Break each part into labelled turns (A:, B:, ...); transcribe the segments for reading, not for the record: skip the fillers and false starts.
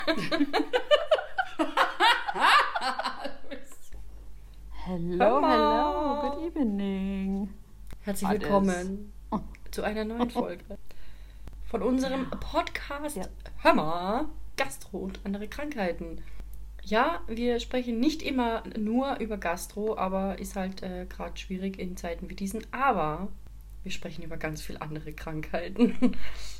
A: Hello, good evening.
B: Herzlich willkommen zu einer neuen Folge von unserem Podcast Hör mal, Gastro und andere Krankheiten. Ja, wir sprechen nicht immer nur über Gastro, aber ist halt gerade schwierig in Zeiten wie diesen. Aber wir sprechen über ganz viele andere Krankheiten.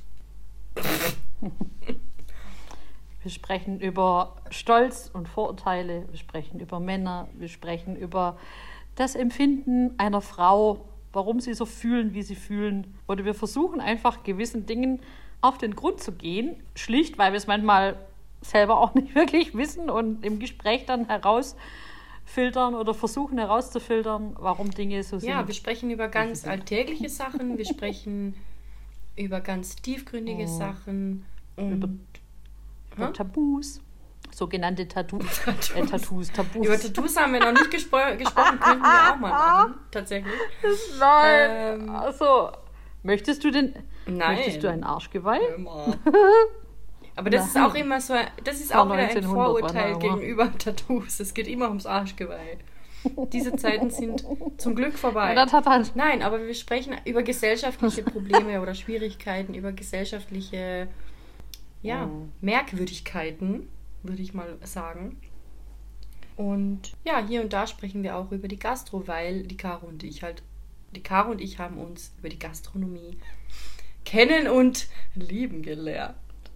A: Wir sprechen über Stolz und Vorurteile, wir sprechen über Männer, wir sprechen über das Empfinden einer Frau, warum sie so fühlen, wie sie fühlen. Oder wir versuchen einfach gewissen Dingen auf den Grund zu gehen, schlicht, weil wir es manchmal selber auch nicht wirklich wissen und im Gespräch dann herausfiltern oder versuchen herauszufiltern, warum Dinge so sind.
B: Ja, wir sprechen über ganz alltägliche Sachen, wir sprechen über ganz tiefgründige Sachen und
A: über Tabus, sogenannte Tabus.
B: Über Tattoos haben wir noch nicht gesprochen, könnten wir auch mal machen, tatsächlich.
A: Nein, also, möchtest du ein Arschgeweih?
B: Aber das ist auch immer so, das ist auch wieder ein Vorurteil gegenüber Tattoos. Es geht immer ums Arschgeweih. Diese Zeiten sind zum Glück vorbei. Nein, aber wir sprechen über gesellschaftliche Probleme oder Schwierigkeiten, über gesellschaftliche Merkwürdigkeiten, würde ich mal sagen. Und ja, hier und da sprechen wir auch über die Gastro, weil die Caro und ich haben uns über die Gastronomie kennen und lieben gelernt.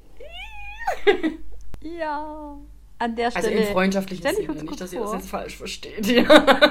A: Ja, an der Stelle.
B: Also im freundschaftlichen Sinne, nicht, dass ihr das jetzt falsch versteht. Ja.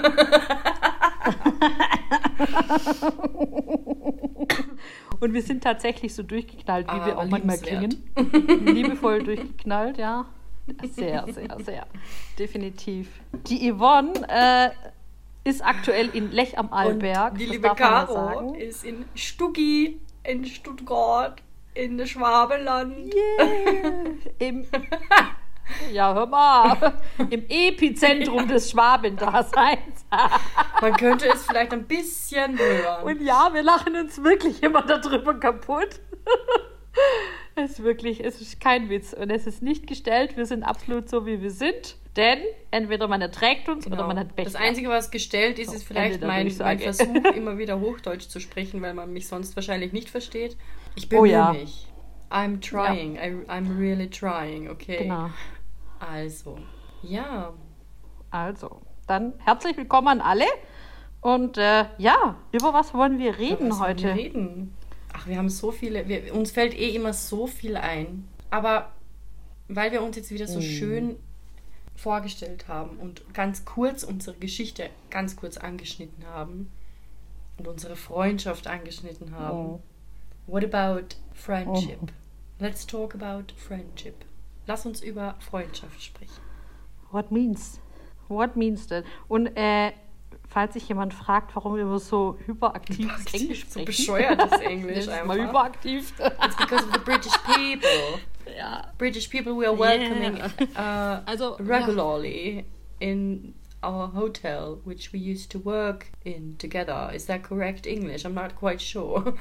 A: Und wir sind tatsächlich so durchgeknallt, wie wir auch manchmal klingen. Liebevoll durchgeknallt, ja. Sehr, sehr, sehr. Definitiv. Die Yvonne ist aktuell in Lech am Arlberg.
B: Und die liebe Caro ist in Stuggi, in Stuttgart, in der Schwabenland.
A: Yeah. Ja, hör mal. Im Epizentrum des Schwabendaseins.
B: Man könnte es vielleicht ein bisschen hören.
A: Und ja, wir lachen uns wirklich immer darüber kaputt. Es ist kein Witz. Und es ist nicht gestellt. Wir sind absolut so, wie wir sind. Denn entweder man erträgt uns oder man hat Pech.
B: Das Einzige, was gestellt ist, ist vielleicht mein Versuch, immer wieder Hochdeutsch zu sprechen, weil man mich sonst wahrscheinlich nicht versteht. Ich bemühe mich. I'm trying. Ja. I'm really trying, okay?
A: Genau.
B: Also,
A: dann herzlich willkommen an alle. Und über was wollen wir reden heute?
B: Ach, wir haben so viele, uns fällt immer so viel ein. Aber weil wir uns jetzt wieder so schön vorgestellt haben und ganz kurz unsere Geschichte ganz kurz angeschnitten haben und unsere Freundschaft angeschnitten haben. What about friendship? Let's talk about friendship. Lass uns über Freundschaft sprechen.
A: What means that? Und falls sich jemand fragt, warum wir so hyperaktives Englisch sprechen.
B: So bescheuertes Englisch einfach.
A: Mal hyperaktiv.
B: It's because of the British people.
A: Ja.
B: British people we are welcoming regularly in our hotel, which we used to work in together. Is that correct English? I'm not quite sure.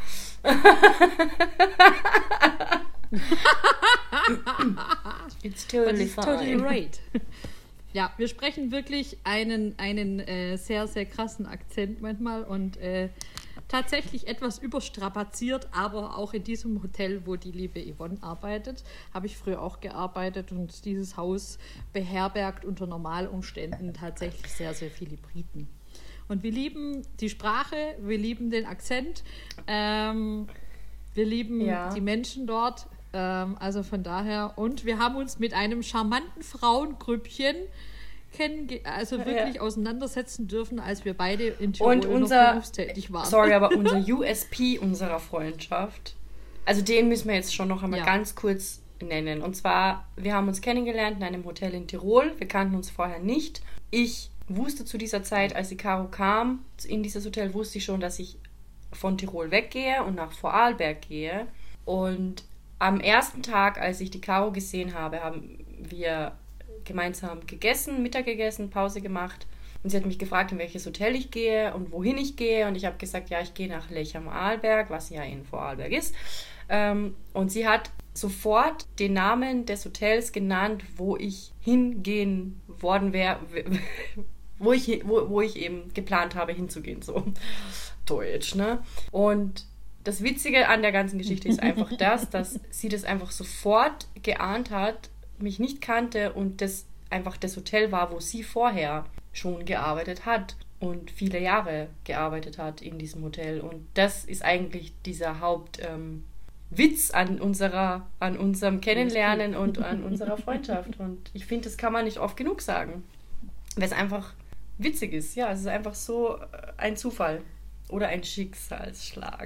B: It's totally fine.
A: Totally right. Ja, wir sprechen wirklich einen sehr, sehr krassen Akzent manchmal und tatsächlich etwas überstrapaziert, aber auch in diesem Hotel, wo die liebe Yvonne arbeitet, habe ich früher auch gearbeitet und dieses Haus beherbergt unter Normalumständen tatsächlich sehr, sehr viele Briten. Und wir lieben die Sprache, wir lieben den Akzent, wir lieben die Menschen dort, also von daher. Und wir haben uns mit einem charmanten Frauengrüppchen wirklich auseinandersetzen dürfen, als wir beide in Tirol noch berufstätig waren.
B: Sorry, aber unser USP unserer Freundschaft, also den müssen wir jetzt schon noch einmal ganz kurz nennen. Und zwar, wir haben uns kennengelernt in einem Hotel in Tirol. Wir kannten uns vorher nicht. Ich wusste zu dieser Zeit, als die Caro kam, in dieses Hotel wusste ich schon, dass ich von Tirol weggehe und nach Vorarlberg gehe. Und am ersten Tag, als ich die Caro gesehen habe, haben wir gemeinsam Mittag gegessen, Pause gemacht. Und sie hat mich gefragt, in welches Hotel ich gehe und wohin ich gehe. Und ich habe gesagt, ja, ich gehe nach Lech am Arlberg, was ja in Vorarlberg ist. Und sie hat sofort den Namen des Hotels genannt, wo ich hingehen worden wäre, wo ich eben geplant habe, hinzugehen, so Deutsch, ne? Und das Witzige an der ganzen Geschichte ist einfach dass sie das einfach sofort geahnt hat, mich nicht kannte und das einfach das Hotel war, wo sie vorher schon gearbeitet hat und viele Jahre gearbeitet hat in diesem Hotel. Und das ist eigentlich dieser Hauptwitz an unserem Kennenlernen und an unserer Freundschaft. Und ich finde, das kann man nicht oft genug sagen, weil es einfach witzig ist. Ja, es ist einfach so ein Zufall oder ein Schicksalsschlag.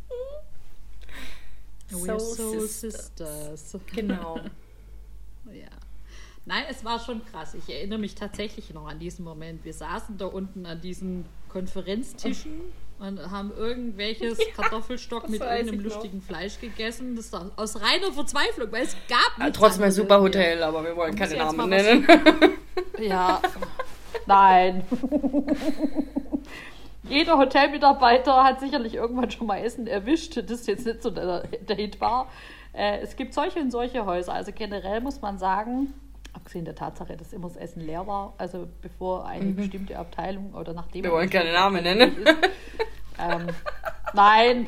A: We're so sisters.
B: Genau.
A: Ja. Nein, es war schon krass. Ich erinnere mich tatsächlich noch an diesen Moment. Wir saßen da unten an diesen Konferenztischen und haben irgendwelches Kartoffelstock mit irgendeinem lustigen Fleisch gegessen. Das war aus reiner Verzweiflung, weil es gab nichts.
B: Trotzdem ein super Hotel, aber wir wollen keine Namen nennen.
A: Ja, nein. Jeder Hotelmitarbeiter hat sicherlich irgendwann schon mal Essen erwischt. Das ist jetzt nicht so der Hit war. Es gibt solche und solche Häuser. Also generell muss man sagen, abgesehen der Tatsache, dass immer das Essen leer war, also bevor eine bestimmte Abteilung oder nachdem...
B: Wir wollen keine Namen nennen.
A: Ist, nein.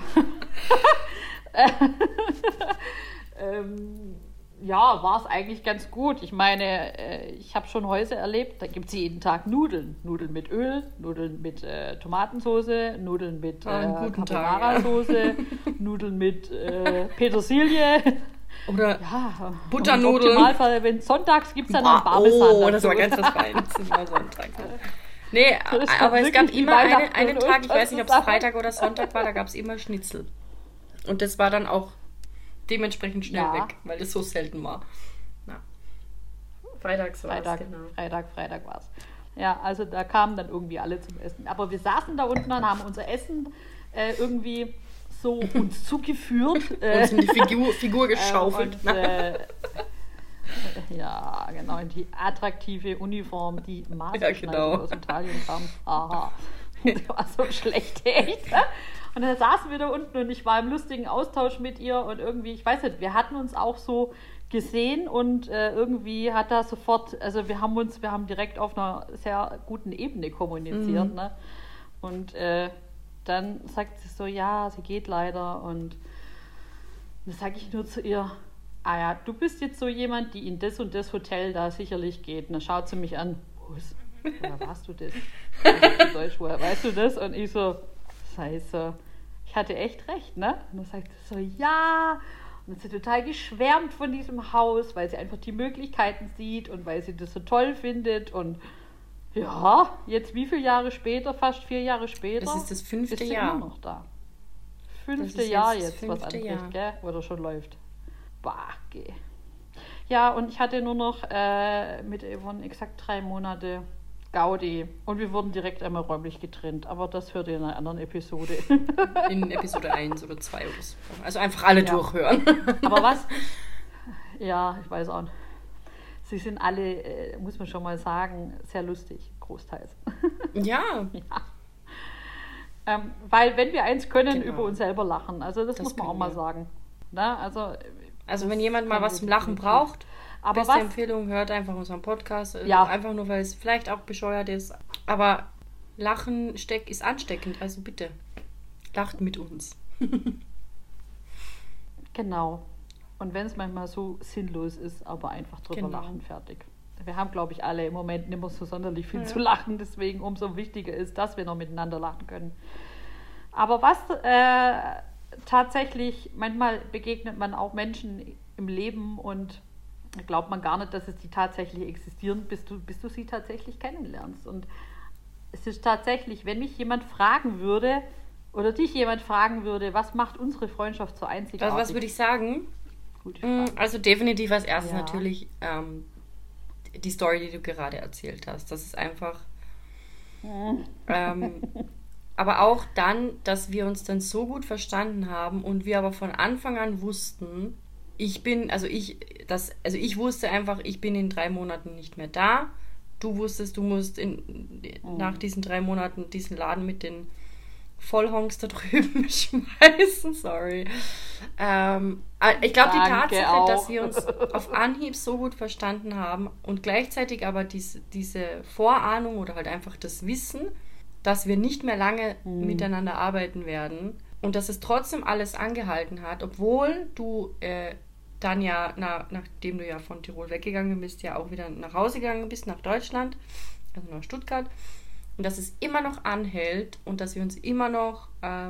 A: Ja, war es eigentlich ganz gut. Ich meine, ich habe schon Häuser erlebt, da gibt es jeden Tag Nudeln. Nudeln mit Öl, Nudeln mit Tomatensauce, Nudeln mit Carbonara-Soße, Nudeln mit Petersilie.
B: Oder
A: ja,
B: Butternudeln.
A: Im Optimalfall, wenn sonntags gibt es dann noch Parmesan.
B: Oh, das war ganz was Feines. Das war Sonntag. Nee, aber es gab immer einen Tag, ich weiß nicht, ob es Freitag oder Sonntag war, da gab es immer Schnitzel. Und das war dann auch dementsprechend schnell weg, weil das so selten war. Ja. Freitag war es. Ja, also da kamen dann irgendwie alle zum Essen. Aber wir saßen da unten und haben unser Essen irgendwie so uns zugeführt. Uns in die Figur geschaufelt.
A: Ja, genau, in die attraktive Uniform, die Maßgeschneidert aus Italien kam. Aha, das war so schlecht, echt. Und dann saßen wir da unten und ich war im lustigen Austausch mit ihr und irgendwie, ich weiß nicht, wir hatten uns auch so gesehen und irgendwie hat da sofort, also wir haben direkt auf einer sehr guten Ebene kommuniziert, ne? Und dann sagt sie so, ja, sie geht leider und dann sage ich nur zu ihr, ah ja, du bist jetzt so jemand, die in das und das Hotel da sicherlich geht. Und dann schaut sie mich an, woher warst du das? Deutsch, woher weißt du das? Und ich so, scheiße, ich hatte echt recht, ne? Und dann sagt sie so, ja. Und dann ist sie total geschwärmt von diesem Haus, weil sie einfach die Möglichkeiten sieht und weil sie das so toll findet. Und ja, jetzt wie viele Jahre später, fast 4 Jahre später,
B: das ist das 5.
A: ist sie
B: Jahr
A: immer noch da. 5. Jahr jetzt, was anbricht, gell? Oder schon läuft. Bah, geh. Ja, und ich hatte nur noch mit Yvonne exakt 3 Monate Gaudi. Und wir wurden direkt einmal räumlich getrennt. Aber das hört ihr in einer anderen Episode.
B: In Episode 1 oder 2 oder so. Also einfach alle durchhören.
A: Aber was? Ja, ich weiß auch nicht. Sie sind alle, muss man schon mal sagen, sehr lustig, großteils.
B: Ja.
A: Weil wenn wir eins können, über uns selber lachen. Also das muss man auch mal sagen. Na,
B: also wenn jemand mal was zum Lachen braucht, aber beste Empfehlung, hört einfach unseren Podcast.
A: Ja.
B: Einfach nur, weil es vielleicht auch bescheuert ist. Aber Lachen ist ansteckend, also bitte, lacht mit uns.
A: Genau. Und wenn es manchmal so sinnlos ist, aber einfach drüber lachen, fertig. Wir haben, glaube ich, alle im Moment nicht mehr so sonderlich viel zu lachen, deswegen umso wichtiger ist, dass wir noch miteinander lachen können. Aber was tatsächlich, manchmal begegnet man auch Menschen im Leben und glaubt man gar nicht, dass es die tatsächlich existieren, bis du sie tatsächlich kennenlernst. Und es ist tatsächlich, wenn mich jemand fragen würde, oder dich jemand fragen würde, was macht unsere Freundschaft so einzigartig?
B: Also was würde ich sagen? Also definitiv als erstes natürlich die Story, die du gerade erzählt hast. Das ist einfach... aber auch dann, dass wir uns dann so gut verstanden haben und wir aber von Anfang an wussten, ich wusste einfach, ich bin in 3 Monaten nicht mehr da. Du wusstest, du musst nach diesen 3 Monaten diesen Laden mit den Vollhongs da drüben schmeißen, sorry. Ich glaube, die Tatsache, auch, dass wir uns auf Anhieb so gut verstanden haben und gleichzeitig aber diese Vorahnung oder halt einfach das Wissen, dass wir nicht mehr lange miteinander arbeiten werden und dass es trotzdem alles angehalten hat, obwohl du dann ja, nachdem du ja von Tirol weggegangen bist, ja auch wieder nach Hause gegangen bist, nach Deutschland, also nach Stuttgart. Und dass es immer noch anhält und dass wir uns immer noch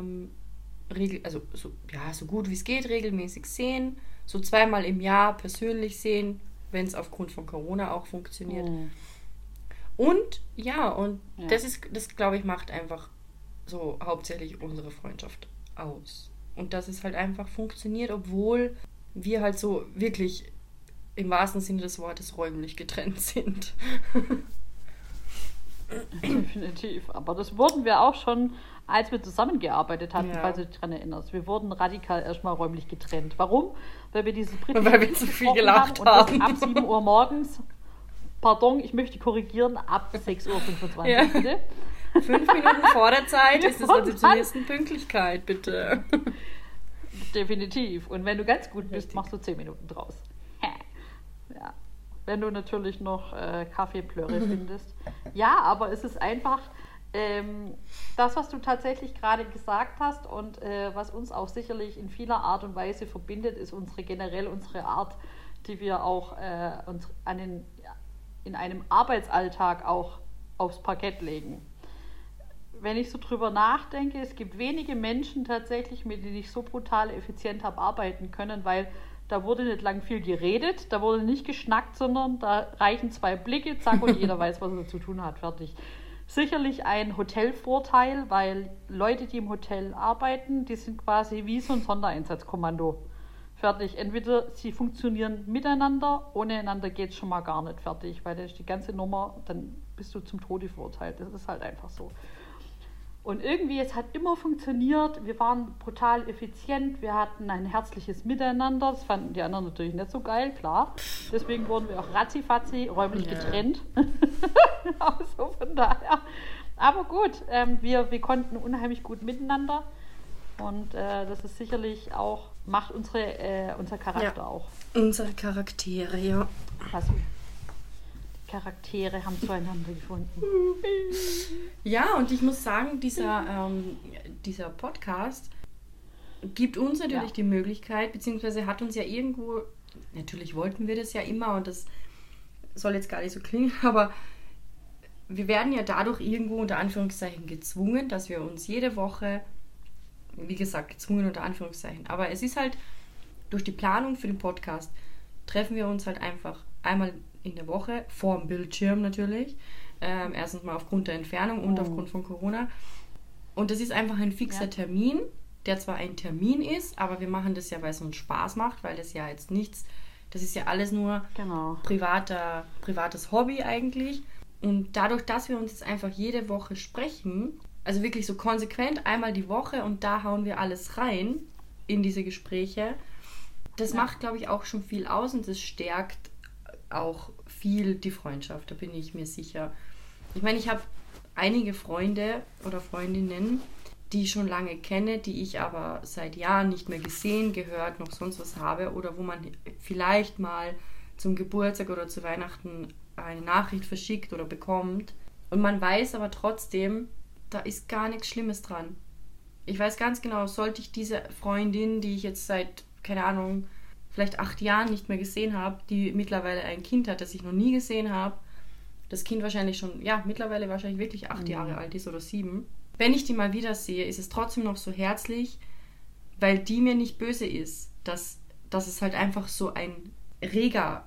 B: so gut wie es geht regelmäßig sehen, so 2-mal im Jahr persönlich sehen, wenn es aufgrund von Corona auch funktioniert. Und das glaube ich macht einfach so hauptsächlich unsere Freundschaft aus. Und dass es halt einfach funktioniert, obwohl wir halt so wirklich im wahrsten Sinne des Wortes räumlich getrennt sind.
A: Definitiv. Aber das wurden wir auch schon, als wir zusammengearbeitet hatten, falls du dich daran erinnerst. Wir wurden radikal erstmal räumlich getrennt. Warum? Weil wir diese
B: Weil wir zu viel gelacht haben.
A: Ab 7 Uhr morgens, pardon, ich möchte korrigieren, ab 6.25 Uhr, bitte.
B: 5 Minuten vor der Zeit ist es also zur nächsten Pünktlichkeit, bitte.
A: Definitiv. Und wenn du ganz gut bist, machst du 10 Minuten draus. Ja. Wenn du natürlich noch Kaffeeplörre findest. Ja, aber es ist einfach das, was du tatsächlich gerade gesagt hast und was uns auch sicherlich in vieler Art und Weise verbindet, ist generell unsere Art, die wir auch uns in einem Arbeitsalltag auch aufs Parkett legen. Wenn ich so drüber nachdenke, es gibt wenige Menschen tatsächlich, mit denen ich so brutal effizient habe arbeiten können, weil da wurde nicht lang viel geredet, da wurde nicht geschnackt, sondern da reichen 2 Blicke, zack, und jeder weiß, was er zu tun hat, fertig. Sicherlich ein Hotelvorteil, weil Leute, die im Hotel arbeiten, die sind quasi wie so ein Sondereinsatzkommando. Fertig. Entweder sie funktionieren miteinander, ohne einander geht es schon mal gar nicht, fertig, weil das ist die ganze Nummer, dann bist du zum Tode verurteilt. Das ist halt einfach so. Und irgendwie, es hat immer funktioniert, wir waren brutal effizient, wir hatten ein herzliches Miteinander, das fanden die anderen natürlich nicht so geil, klar. Deswegen wurden wir auch ratzifatzi räumlich getrennt. Also von daher. Aber gut, wir konnten unheimlich gut miteinander und das ist sicherlich auch, macht unser Charakter auch.
B: Unsere Charaktere, ja.
A: Also, Charaktere haben zueinander gefunden.
B: Ja, und ich muss sagen, dieser Podcast gibt uns natürlich die Möglichkeit, beziehungsweise hat uns ja irgendwo, natürlich wollten wir das ja immer und das soll jetzt gar nicht so klingen, aber wir werden ja dadurch irgendwo unter Anführungszeichen gezwungen, dass wir uns jede Woche, wie gesagt, gezwungen unter Anführungszeichen, aber es ist halt durch die Planung für den Podcast, treffen wir uns halt einfach einmal in der Woche, vor dem Bildschirm natürlich. Erstens mal aufgrund der Entfernung und aufgrund von Corona. Und das ist einfach ein fixer Termin, der zwar ein Termin ist, aber wir machen das ja, weil es uns Spaß macht, weil das ja jetzt nichts, das ist ja alles nur privates Hobby eigentlich. Und dadurch, dass wir uns jetzt einfach jede Woche sprechen, also wirklich so konsequent einmal die Woche und da hauen wir alles rein in diese Gespräche, das macht, glaube ich, auch schon viel aus und das stärkt auch viel die Freundschaft, da bin ich mir sicher. Ich meine, ich habe einige Freunde oder Freundinnen, die ich schon lange kenne, die ich aber seit Jahren nicht mehr gesehen, gehört, noch sonst was habe oder wo man vielleicht mal zum Geburtstag oder zu Weihnachten eine Nachricht verschickt oder bekommt und man weiß aber trotzdem, da ist gar nichts Schlimmes dran. Ich weiß ganz genau, sollte ich diese Freundin, die ich jetzt seit, keine Ahnung, vielleicht 8 Jahren nicht mehr gesehen habe, die mittlerweile ein Kind hat, das ich noch nie gesehen habe, das Kind wahrscheinlich schon, mittlerweile wahrscheinlich wirklich 8 Jahre alt ist oder 7. Wenn ich die mal wieder sehe, ist es trotzdem noch so herzlich, weil die mir nicht böse ist, dass es halt einfach so ein reger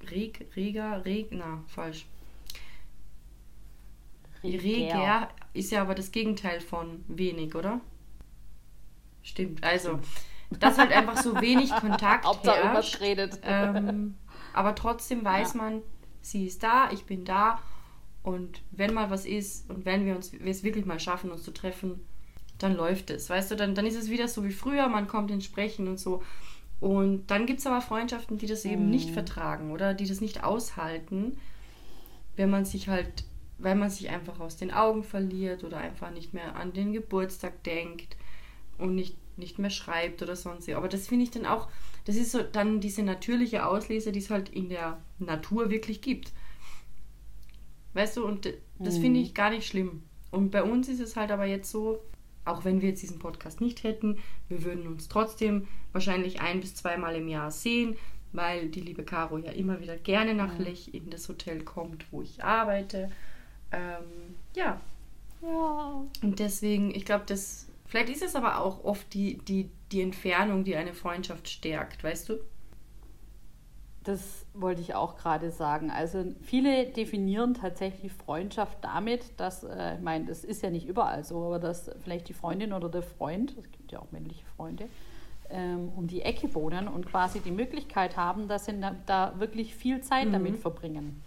B: ist ja aber das Gegenteil von wenig, oder? Stimmt, also dass halt einfach so wenig Kontakt herrscht. Aber trotzdem weiß man, sie ist da, ich bin da und wenn mal was ist und wenn wir es wirklich mal schaffen, uns zu treffen, dann läuft es. Weißt du, dann ist es wieder so wie früher, man kommt ins Sprechen und so. Und dann gibt es aber Freundschaften, die das eben nicht vertragen oder die das nicht aushalten, wenn man sich halt weil man sich einfach aus den Augen verliert oder einfach nicht mehr an den Geburtstag denkt und nicht mehr schreibt oder sonst. Aber das finde ich dann auch, das ist so dann diese natürliche Auslese, die es halt in der Natur wirklich gibt. Weißt du, und das finde ich gar nicht schlimm. Und bei uns ist es halt aber jetzt so, auch wenn wir jetzt diesen Podcast nicht hätten, wir würden uns trotzdem wahrscheinlich 1 bis 2 Mal im Jahr sehen, weil die liebe Caro ja immer wieder gerne nach Lech in das Hotel kommt, wo ich arbeite. Ja. Und deswegen, ich glaube, vielleicht ist es aber auch oft die Entfernung, die eine Freundschaft stärkt, weißt du?
A: Das wollte ich auch gerade sagen. Also viele definieren tatsächlich Freundschaft damit, dass, ich meine, das ist ja nicht überall so, aber dass vielleicht die Freundin oder der Freund, es gibt ja auch männliche Freunde, um die Ecke wohnen und quasi die Möglichkeit haben, dass sie da wirklich viel Zeit damit verbringen.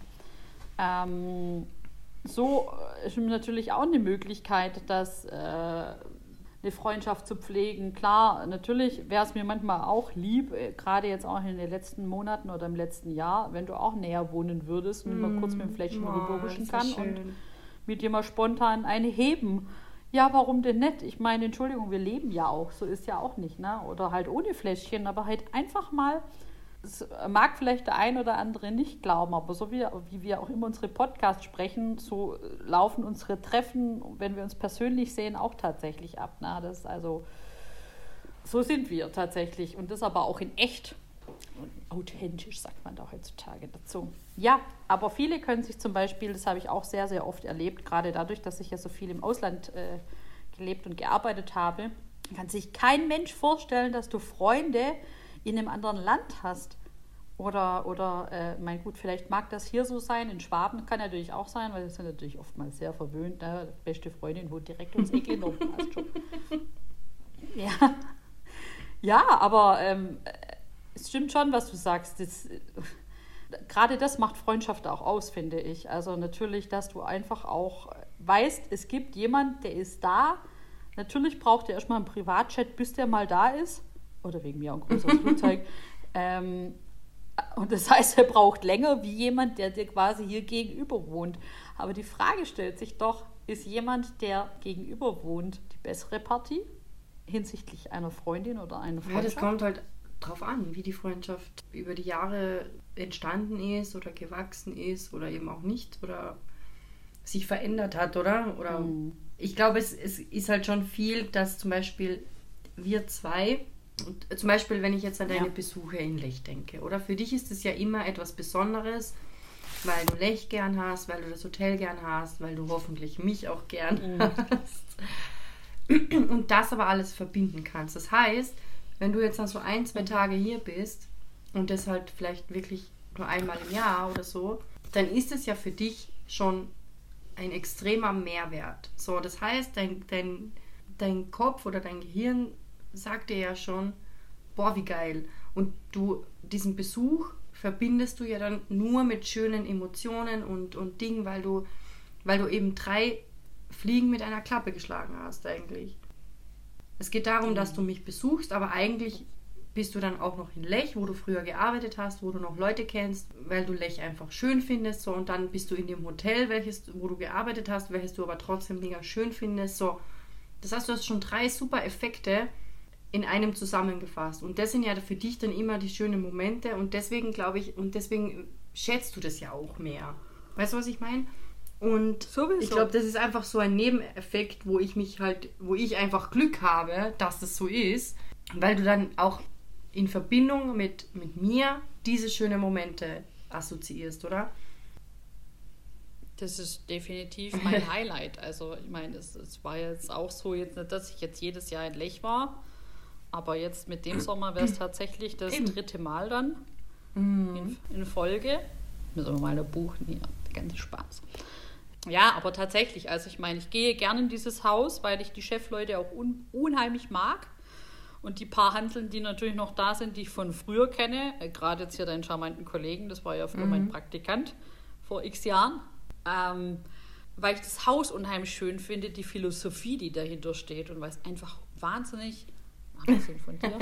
A: So ist natürlich auch eine Möglichkeit, dass eine Freundschaft zu pflegen. Klar, natürlich wäre es mir manchmal auch lieb, gerade jetzt auch in den letzten Monaten oder im letzten Jahr, wenn du auch näher wohnen würdest und man kurz mit dem Fläschchen rüberhuschen kann und mit dir mal spontan eine heben. Ja, warum denn nicht? Ich meine, Entschuldigung, wir leben ja auch, so ist ja auch nicht, ne? Oder halt ohne Fläschchen, aber halt einfach mal, das mag vielleicht der ein oder andere nicht glauben, aber so wie wir auch immer unsere Podcasts sprechen, so laufen unsere Treffen, wenn wir uns persönlich sehen, auch tatsächlich ab. Ne? Das ist also, so sind wir tatsächlich und das aber auch in echt. Und authentisch sagt man da heutzutage dazu. Ja, aber viele können sich zum Beispiel, das habe ich auch sehr, sehr oft erlebt, gerade dadurch, dass ich ja so viel im Ausland gelebt und gearbeitet habe, kann sich kein Mensch vorstellen, dass du Freunde in einem anderen Land hast. Oder mein gut, vielleicht mag das hier so sein, in Schwaben kann natürlich auch sein, weil wir sind natürlich oftmals sehr verwöhnt. Ne? Die beste Freundin wohnt direkt ums Eck in der Ja, aber es stimmt schon, was du sagst. Gerade das macht Freundschaft auch aus, finde ich. Also natürlich, dass du einfach auch weißt, es gibt jemand, der ist da. Natürlich braucht er erstmal einen Privatchat, bis der mal da ist. Oder wegen mir auch ein größeres Flugzeug. Und das heißt, er braucht länger wie jemand, der dir quasi hier gegenüber wohnt. Aber die Frage stellt sich doch, ist jemand, der gegenüber wohnt, die bessere Partie hinsichtlich einer Freundin oder einer Freundschaft?
B: Ja, das kommt halt drauf an, wie die Freundschaft über die Jahre entstanden ist oder gewachsen ist oder eben auch nicht oder sich verändert hat, oder? Ich glaube, es ist halt schon viel, dass zum Beispiel wir zwei, und zum Beispiel, wenn ich jetzt an deine Besuche in Lech denke, oder? Für dich ist es ja immer etwas Besonderes, weil du Lech gern hast, weil du das Hotel gern hast, weil du hoffentlich mich auch gern hast. Und das aber alles verbinden kannst. Das heißt, wenn du jetzt noch so 1-2 Tage hier bist und das halt vielleicht wirklich nur einmal im Jahr oder so, dann ist es ja für dich schon ein extremer Mehrwert. So, das heißt, dein Kopf oder dein Gehirn sagt dir ja schon, boah, wie geil. Und du, diesen Besuch verbindest du ja dann nur mit schönen Emotionen und Dingen, weil du eben 3 Fliegen mit einer Klappe geschlagen hast eigentlich. Es geht darum, dass du mich besuchst, aber eigentlich bist du dann auch noch in Lech, wo du früher gearbeitet hast, wo du noch Leute kennst, weil du Lech einfach schön findest. So, und dann bist du in dem Hotel, wo du gearbeitet hast, welches du aber trotzdem mega schön findest. So. Das heißt, du hast schon 3 super Effekte in einem zusammengefasst. Und das sind ja für dich dann immer die schönen Momente. Und deswegen glaube ich, deswegen schätzt du das ja auch mehr. Weißt du, was ich meine? Und sowieso. Ich glaube, das ist einfach so ein Nebeneffekt, wo ich einfach Glück habe, dass das so ist, weil du dann auch in Verbindung mit mir diese schönen Momente assoziierst, oder?
A: Das ist definitiv mein Highlight. Also ich meine, es war jetzt auch so, jetzt nicht, dass ich jetzt jedes Jahr in Lech war, aber jetzt mit dem Sommer wäre es tatsächlich das 3. Mal dann in Folge. Müssen wir mal buchen hier, der ganze Spaß. Ja, aber tatsächlich, also ich meine, ich gehe gerne in dieses Haus, weil ich die Chefleute auch unheimlich mag. Und die paar Hanseln, die natürlich noch da sind, die ich von früher kenne, gerade jetzt hier deinen charmanten Kollegen, das war ja früher mein Praktikant vor x Jahren, weil ich das Haus unheimlich schön finde, die Philosophie, die dahinter steht und weil es einfach wahnsinnig, abgesehen von dir,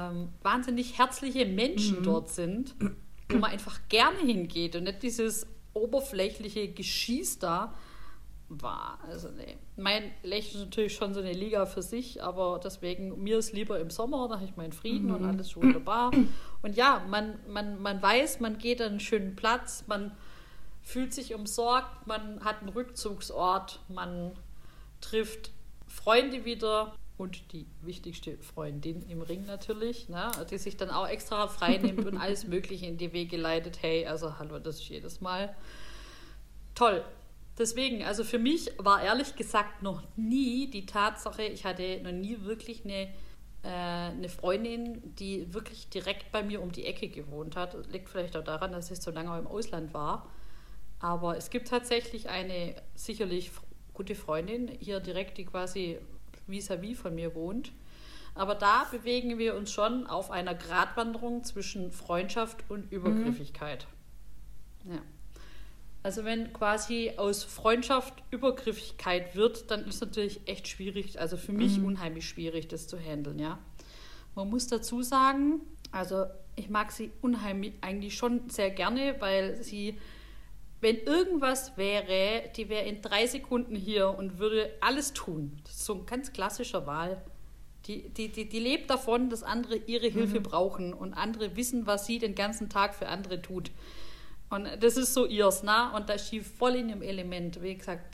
A: wahnsinnig herzliche Menschen dort sind, wo man einfach gerne hingeht und nicht dieses oberflächliche Geschieß da war. Also nee. Mein Lech ist natürlich schon so eine Liga für sich, aber deswegen, mir ist lieber im Sommer, da habe ich meinen Frieden und alles schon wunderbar. Und ja, man weiß, man geht an einen schönen Platz, man fühlt sich umsorgt, man hat einen Rückzugsort, man trifft Freunde wieder und die wichtigste Freundin im Ring natürlich, ne, die sich dann auch extra frei nimmt und alles Mögliche in die Wege leitet. Hey, also hallo, das ist jedes Mal toll. Deswegen, also für mich war ehrlich gesagt noch nie die Tatsache, ich hatte noch nie wirklich eine Freundin, die wirklich direkt bei mir um die Ecke gewohnt hat. Das liegt vielleicht auch daran, dass ich so lange auch im Ausland war. Aber es gibt tatsächlich eine sicherlich gute Freundin hier direkt, die quasi vis-à-vis von mir wohnt. Aber da bewegen wir uns schon auf einer Gratwanderung zwischen Freundschaft und Übergriffigkeit. Ja. Also wenn quasi aus Freundschaft Übergriffigkeit wird, dann ist es natürlich echt schwierig, also für mich unheimlich schwierig, das zu handeln, ja. Man muss dazu sagen, also ich mag sie unheimlich eigentlich schon sehr gerne, weil sie, wenn irgendwas wäre, die wäre in 3 Sekunden hier und würde alles tun. Das ist so ein ganz klassischer Wahl. Die lebt davon, dass andere ihre Hilfe brauchen und andere wissen, was sie den ganzen Tag für andere tut. Und das ist so ihrs, ne? Und da ist sie voll in dem Element. Wie gesagt,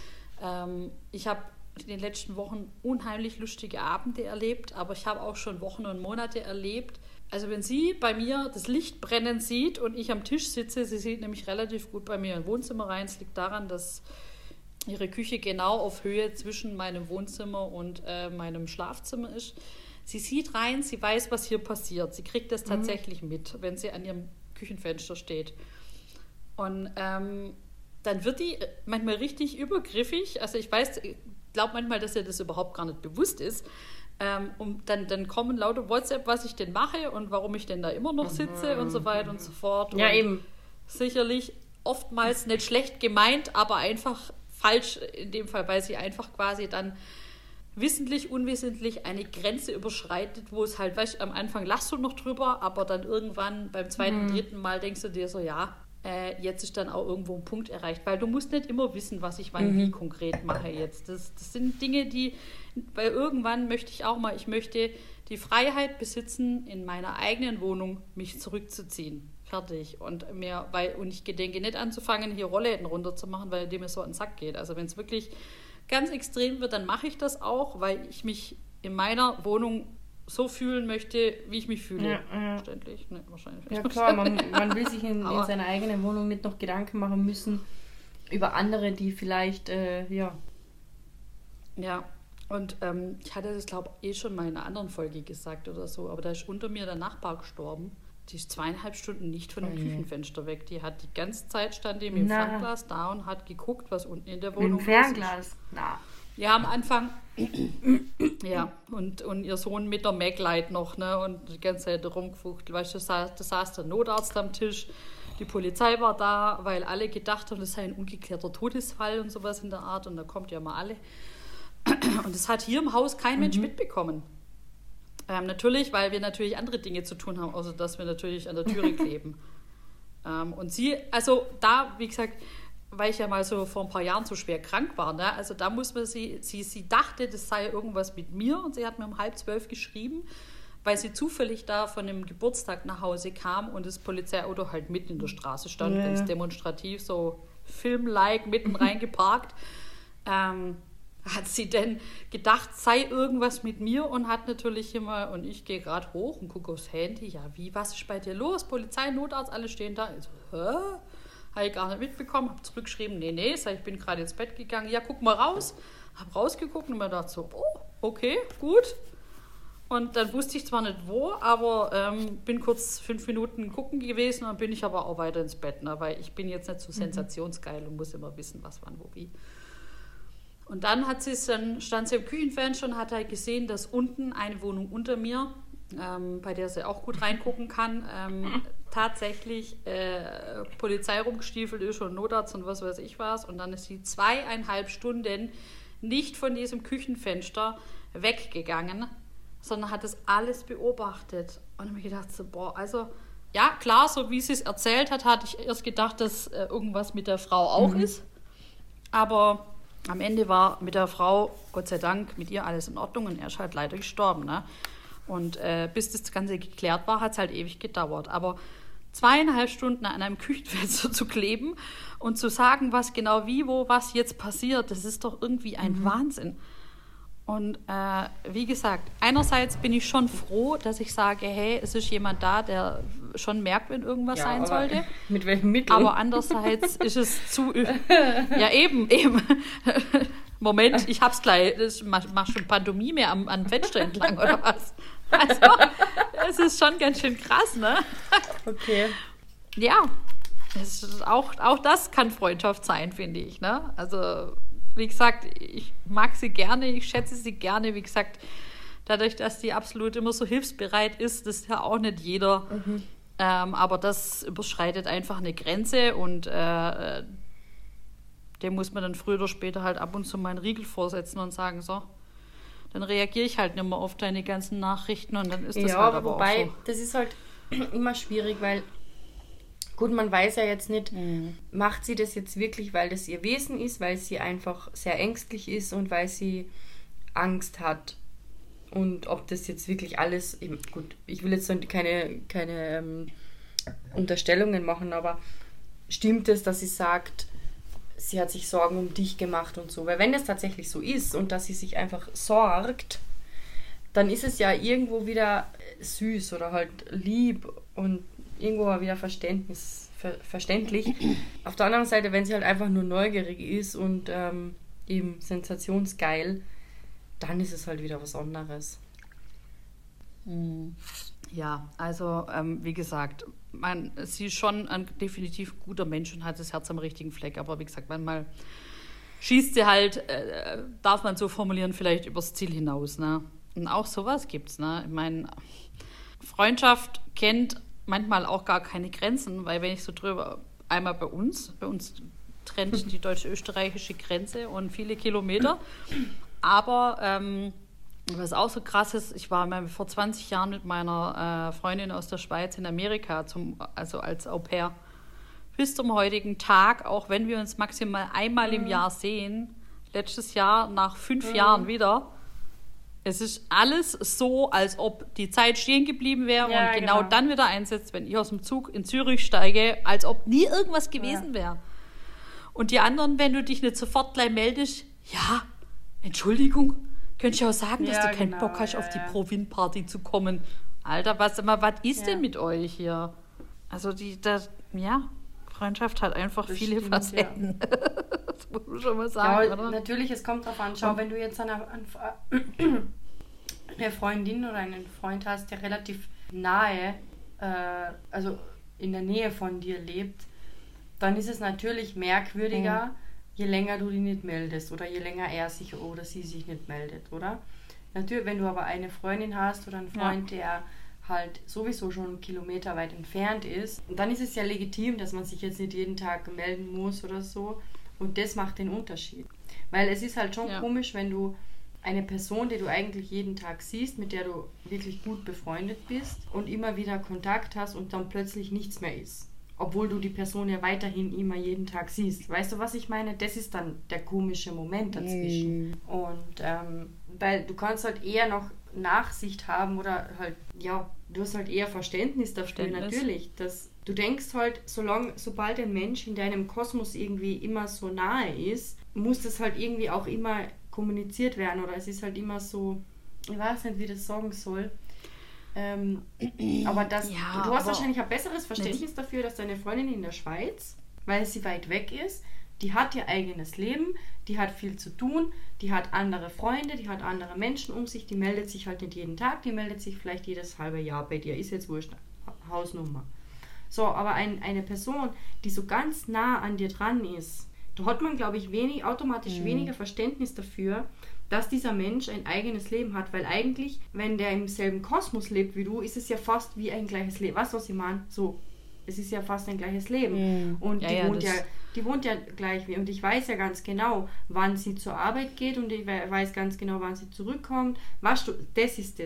A: ich habe in den letzten Wochen unheimlich lustige Abende erlebt, aber ich habe auch schon Wochen und Monate erlebt. Also wenn sie bei mir das Licht brennen sieht und ich am Tisch sitze, sie sieht nämlich relativ gut bei mir im Wohnzimmer rein. Es liegt daran, dass ihre Küche genau auf Höhe zwischen meinem Wohnzimmer und meinem Schlafzimmer ist. Sie sieht rein, sie weiß, was hier passiert. Sie kriegt das tatsächlich mit, wenn sie an ihrem Küchenfenster steht. Und dann wird die manchmal richtig übergriffig. Also ich glaube manchmal, dass ihr das überhaupt gar nicht bewusst ist. Und dann kommen lauter WhatsApp, was ich denn mache und warum ich denn da immer noch sitze und so weiter und so fort.
B: Ja,
A: und
B: eben.
A: Sicherlich oftmals nicht schlecht gemeint, aber einfach falsch in dem Fall, weil sie einfach quasi dann wissentlich, unwissentlich eine Grenze überschreitet, wo es halt, weißt du, am Anfang lachst du noch drüber, aber dann irgendwann beim 2., 3. Mal denkst du dir so, ja, jetzt ist dann auch irgendwo ein Punkt erreicht, weil du musst nicht immer wissen, was ich wann wie konkret mache jetzt. Das sind Dinge, weil irgendwann möchte ich möchte die Freiheit besitzen, in meiner eigenen Wohnung mich zurückzuziehen. Fertig. Und ich gedenke nicht anzufangen, hier Rollläden runterzumachen, weil dem es so an den Sack geht. Also wenn es wirklich ganz extrem wird, dann mache ich das auch, weil ich mich in meiner Wohnung so fühlen möchte, wie ich mich fühle.
B: Ja.
A: Verständlich? Ne, wahrscheinlich.
B: Ja klar, man will sich in seiner eigenen Wohnung nicht noch Gedanken machen müssen über andere, die vielleicht, Ja,
A: und ich hatte das, glaube ich, schon mal in einer anderen Folge gesagt oder so, aber da ist unter mir der Nachbar gestorben. Die ist 2,5 Stunden nicht von dem Küchenfenster weg. Die hat die ganze Zeit, stand die mit dem Fernglas da und hat geguckt, was unten in der Wohnung
B: ist. Mit dem Fernglas? Na.
A: Ja, am Anfang, ja, und ihr Sohn mit der Maglite noch, ne, und die ganze Zeit rumgefuchtelt, weißt du, da saß der Notarzt am Tisch, die Polizei war da, weil alle gedacht haben, das sei ein ungeklärter Todesfall und sowas in der Art, und da kommt ja mal alle. Und das hat hier im Haus kein Mensch mitbekommen. Natürlich, weil wir natürlich andere Dinge zu tun haben, außer dass wir natürlich an der Türe kleben. Und sie, also da, wie gesagt, weil ich ja mal so vor ein paar Jahren so schwer krank war, ne? Also da muss man sie dachte, das sei irgendwas mit mir, und sie hat mir um 11:30 geschrieben, weil sie zufällig da von einem Geburtstag nach Hause kam und das Polizeiauto halt mitten in der Straße stand, ganz demonstrativ, so film-like mitten reingeparkt. Hat sie denn gedacht, sei irgendwas mit mir, und hat natürlich immer, und ich gehe gerade hoch und gucke aufs Handy, ja, was ist bei dir los? Polizei, Notarzt, alle stehen da. Ich so, hä? Habe ich gar nicht mitbekommen, habe zurückgeschrieben, nee, ich bin gerade ins Bett gegangen, ja, guck mal raus. Habe rausgeguckt und mir gedacht so, oh, okay, gut. Und dann wusste ich zwar nicht wo, aber bin kurz 5 Minuten gucken gewesen, und dann bin ich aber auch weiter ins Bett, ne, weil ich bin jetzt nicht so sensationsgeil und muss immer wissen, was, wann, wo, wie. Und dann stand sie im Küchenfenster und hat halt gesehen, dass unten eine Wohnung unter mir, bei der sie auch gut reingucken kann, tatsächlich Polizei rumgestiefelt ist und Notarzt und was weiß ich was. Und dann ist sie 2,5 Stunden nicht von diesem Küchenfenster weggegangen, sondern hat das alles beobachtet. Und ich habe mir gedacht, so, boah, also ja, klar, so wie sie es erzählt hat, hatte ich erst gedacht, dass irgendwas mit der Frau auch ist. Aber am Ende war mit der Frau, Gott sei Dank, mit ihr alles in Ordnung und er ist halt leider gestorben. Ne? Und bis das Ganze geklärt war, hat es halt ewig gedauert. Aber 2,5 Stunden an einem Küchenfenster zu kleben und zu sagen, was genau wie, wo, was jetzt passiert, das ist doch irgendwie ein Wahnsinn. Und wie gesagt, einerseits bin ich schon froh, dass ich sage, hey, es ist jemand da, der schon merkt, wenn irgendwas sein sollte.
B: Mit welchem Mittel?
A: Aber andererseits ist es zu... Ja, eben. Moment, ich hab's gleich. Mach schon Pantomime am Fenster entlang, oder was? Also, es ist schon ganz schön krass, ne?
B: Okay.
A: Ja, es ist auch das kann Freundschaft sein, finde ich, ne? Also... Wie gesagt, ich mag sie gerne, ich schätze sie gerne. Wie gesagt, dadurch, dass die absolut immer so hilfsbereit ist, das ist ja auch nicht jeder. Aber das überschreitet einfach eine Grenze und dem muss man dann früher oder später halt ab und zu mal einen Riegel vorsetzen und sagen, so, dann reagiere ich halt nicht mehr auf deine ganzen Nachrichten und dann ist das halt aber
B: wobei,
A: auch so.
B: Das ist halt immer schwierig, weil gut, man weiß ja jetzt nicht, macht sie das jetzt wirklich, weil das ihr Wesen ist, weil sie einfach sehr ängstlich ist und weil sie Angst hat. Und ob das jetzt wirklich alles, gut, ich will jetzt keine Unterstellungen machen, aber stimmt es, dass sie sagt, sie hat sich Sorgen um dich gemacht und so? Weil wenn das tatsächlich so ist und dass sie sich einfach sorgt, dann ist es ja irgendwo wieder süß oder halt lieb und irgendwo mal wieder verständlich. Auf der anderen Seite, wenn sie halt einfach nur neugierig ist und eben sensationsgeil, dann ist es halt wieder was anderes.
A: Ja, also wie gesagt, sie ist schon ein definitiv guter Mensch und hat das Herz am richtigen Fleck, aber wie gesagt, manchmal schießt sie halt, darf man so formulieren, vielleicht übers Ziel hinaus. Ne? Und auch sowas gibt's. Ne? Ich meine, Freundschaft kennt manchmal auch gar keine Grenzen, weil wenn ich so drüber, einmal bei uns trennt die deutsch-österreichische Grenze und viele Kilometer, aber was auch so krass ist, ich war mal vor 20 Jahren mit meiner Freundin aus der Schweiz in Amerika, also als Au pair, bis zum heutigen Tag, auch wenn wir uns maximal einmal im Jahr sehen, letztes Jahr nach 5 Jahren wieder. Es ist alles so, als ob die Zeit stehen geblieben wäre und genau dann wieder einsetzt, wenn ich aus dem Zug in Zürich steige, als ob nie irgendwas gewesen wäre. Und die anderen, wenn du dich nicht sofort gleich meldest, ja, Entschuldigung, könnte ich auch sagen, dass du keinen Bock hast, auf die Pro-Win-Party zu kommen. Alter, was ist denn mit euch hier? Also Freundschaft hat einfach viele Facetten. Ja. Das muss man schon mal sagen, oder?
B: Natürlich, es kommt drauf an. Schau, wenn du jetzt eine Freundin oder einen Freund hast, der relativ nahe, also in der Nähe von dir lebt, dann ist es natürlich merkwürdiger, je länger du dich nicht meldest oder je länger er sich oder sie sich nicht meldet, oder? Natürlich, wenn du aber eine Freundin hast oder einen Freund, der halt sowieso schon einen Kilometer weit entfernt ist, dann ist es ja legitim, dass man sich jetzt nicht jeden Tag melden muss oder so. Und das macht den Unterschied. Weil es ist halt schon komisch, wenn du eine Person, die du eigentlich jeden Tag siehst, mit der du wirklich gut befreundet bist und immer wieder Kontakt hast und dann plötzlich nichts mehr ist. Obwohl du die Person ja weiterhin immer jeden Tag siehst. Weißt du, was ich meine? Das ist dann der komische Moment dazwischen. Und weil du kannst halt eher noch Nachsicht haben oder halt, du hast halt eher Verständnis dafür, natürlich. Dass du denkst halt, sobald ein Mensch in deinem Kosmos irgendwie immer so nahe ist, muss das halt irgendwie auch immer kommuniziert werden oder es ist halt immer so, ich weiß nicht, wie das sagen soll. Aber du hast wahrscheinlich ein besseres Verständnis dafür, dass deine Freundin in der Schweiz, weil sie weit weg ist, die hat ihr eigenes Leben, die hat viel zu tun, die hat andere Freunde, die hat andere Menschen um sich, die meldet sich halt nicht jeden Tag, die meldet sich vielleicht jedes halbe Jahr bei dir, ist jetzt wurscht, Hausnummer. So, aber eine Person, die so ganz nah an dir dran ist, da hat man, glaube ich, automatisch weniger Verständnis dafür, dass dieser Mensch ein eigenes Leben hat, weil eigentlich, wenn der im selben Kosmos lebt wie du, ist es ja fast wie ein gleiches Leben. Weißt du, was ich meine? So, es ist ja fast ein gleiches Leben. Und die wohnt ja gleich wie. Und ich weiß ja ganz genau, wann sie zur Arbeit geht und ich weiß ganz genau, wann sie zurückkommt. Weißt du, das ist das.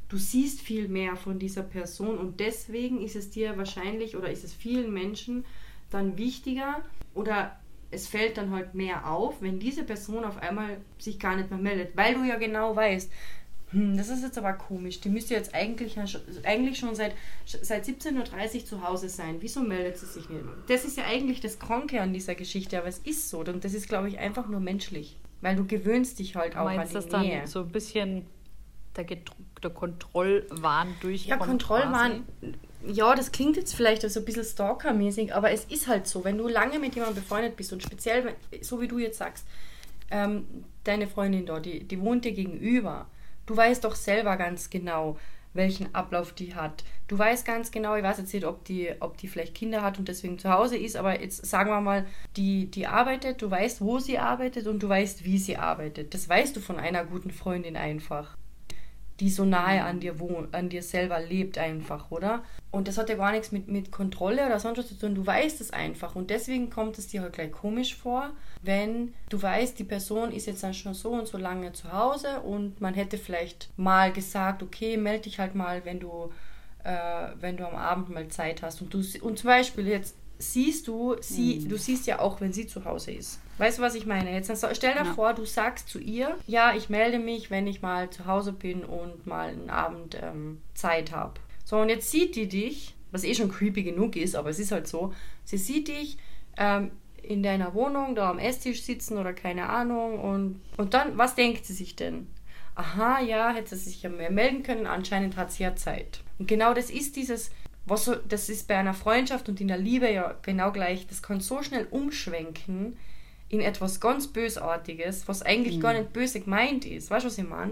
B: du siehst viel mehr von dieser Person und deswegen ist es dir wahrscheinlich oder ist es vielen Menschen dann wichtiger oder es fällt dann halt mehr auf, wenn diese Person auf einmal sich gar nicht mehr meldet, weil du ja genau weißt, das ist jetzt aber komisch, die müsste jetzt eigentlich schon seit 17:30 Uhr zu Hause sein. Wieso meldet sie sich nicht mehr? Das ist ja eigentlich das Kranke an dieser Geschichte, aber es ist so und das ist, glaube ich, einfach nur menschlich, weil du gewöhnst dich halt auch an die
A: das
B: Nähe.
A: Dann so ein bisschen der Kontrollwahn durchkommt?
B: Ja, Kontrollwahn, ja, das klingt jetzt vielleicht so ein bisschen stalkermäßig, aber es ist halt so, wenn du lange mit jemandem befreundet bist und speziell, so wie du jetzt sagst, deine Freundin dort, die wohnt dir gegenüber, du weißt doch selber ganz genau, welchen Ablauf die hat. Du weißt ganz genau, ich weiß jetzt nicht, ob die vielleicht Kinder hat und deswegen zu Hause ist, aber jetzt sagen wir mal, die arbeitet, du weißt, wo sie arbeitet und du weißt, wie sie arbeitet. Das weißt du von einer guten Freundin einfach, die so nahe an dir wohnt, an dir selber lebt einfach, oder? Und das hat ja gar nichts mit Kontrolle oder sonst was zu tun. Du weißt es einfach und deswegen kommt es dir halt gleich komisch vor, wenn du weißt, die Person ist jetzt dann schon so und so lange zu Hause und man hätte vielleicht mal gesagt, okay, melde dich halt mal, wenn du am Abend mal Zeit hast. Und zum Beispiel jetzt siehst du siehst ja auch, wenn sie zu Hause ist. Weißt du, was ich meine? Jetzt stell dir vor, du sagst zu ihr, ja, ich melde mich, wenn ich mal zu Hause bin und mal einen Abend Zeit habe. So, und jetzt sieht die dich, was eh schon creepy genug ist, aber es ist halt so, sie sieht dich in deiner Wohnung, da am Esstisch sitzen oder keine Ahnung und dann, was denkt sie sich denn? Aha, ja, hätte sie sich ja mehr melden können, anscheinend hat sie ja Zeit. Und genau das ist das ist bei einer Freundschaft und in der Liebe ja genau gleich, das kann so schnell umschwenken in etwas ganz Bösartiges, was eigentlich gar nicht böse gemeint ist. Weißt du, was ich meine?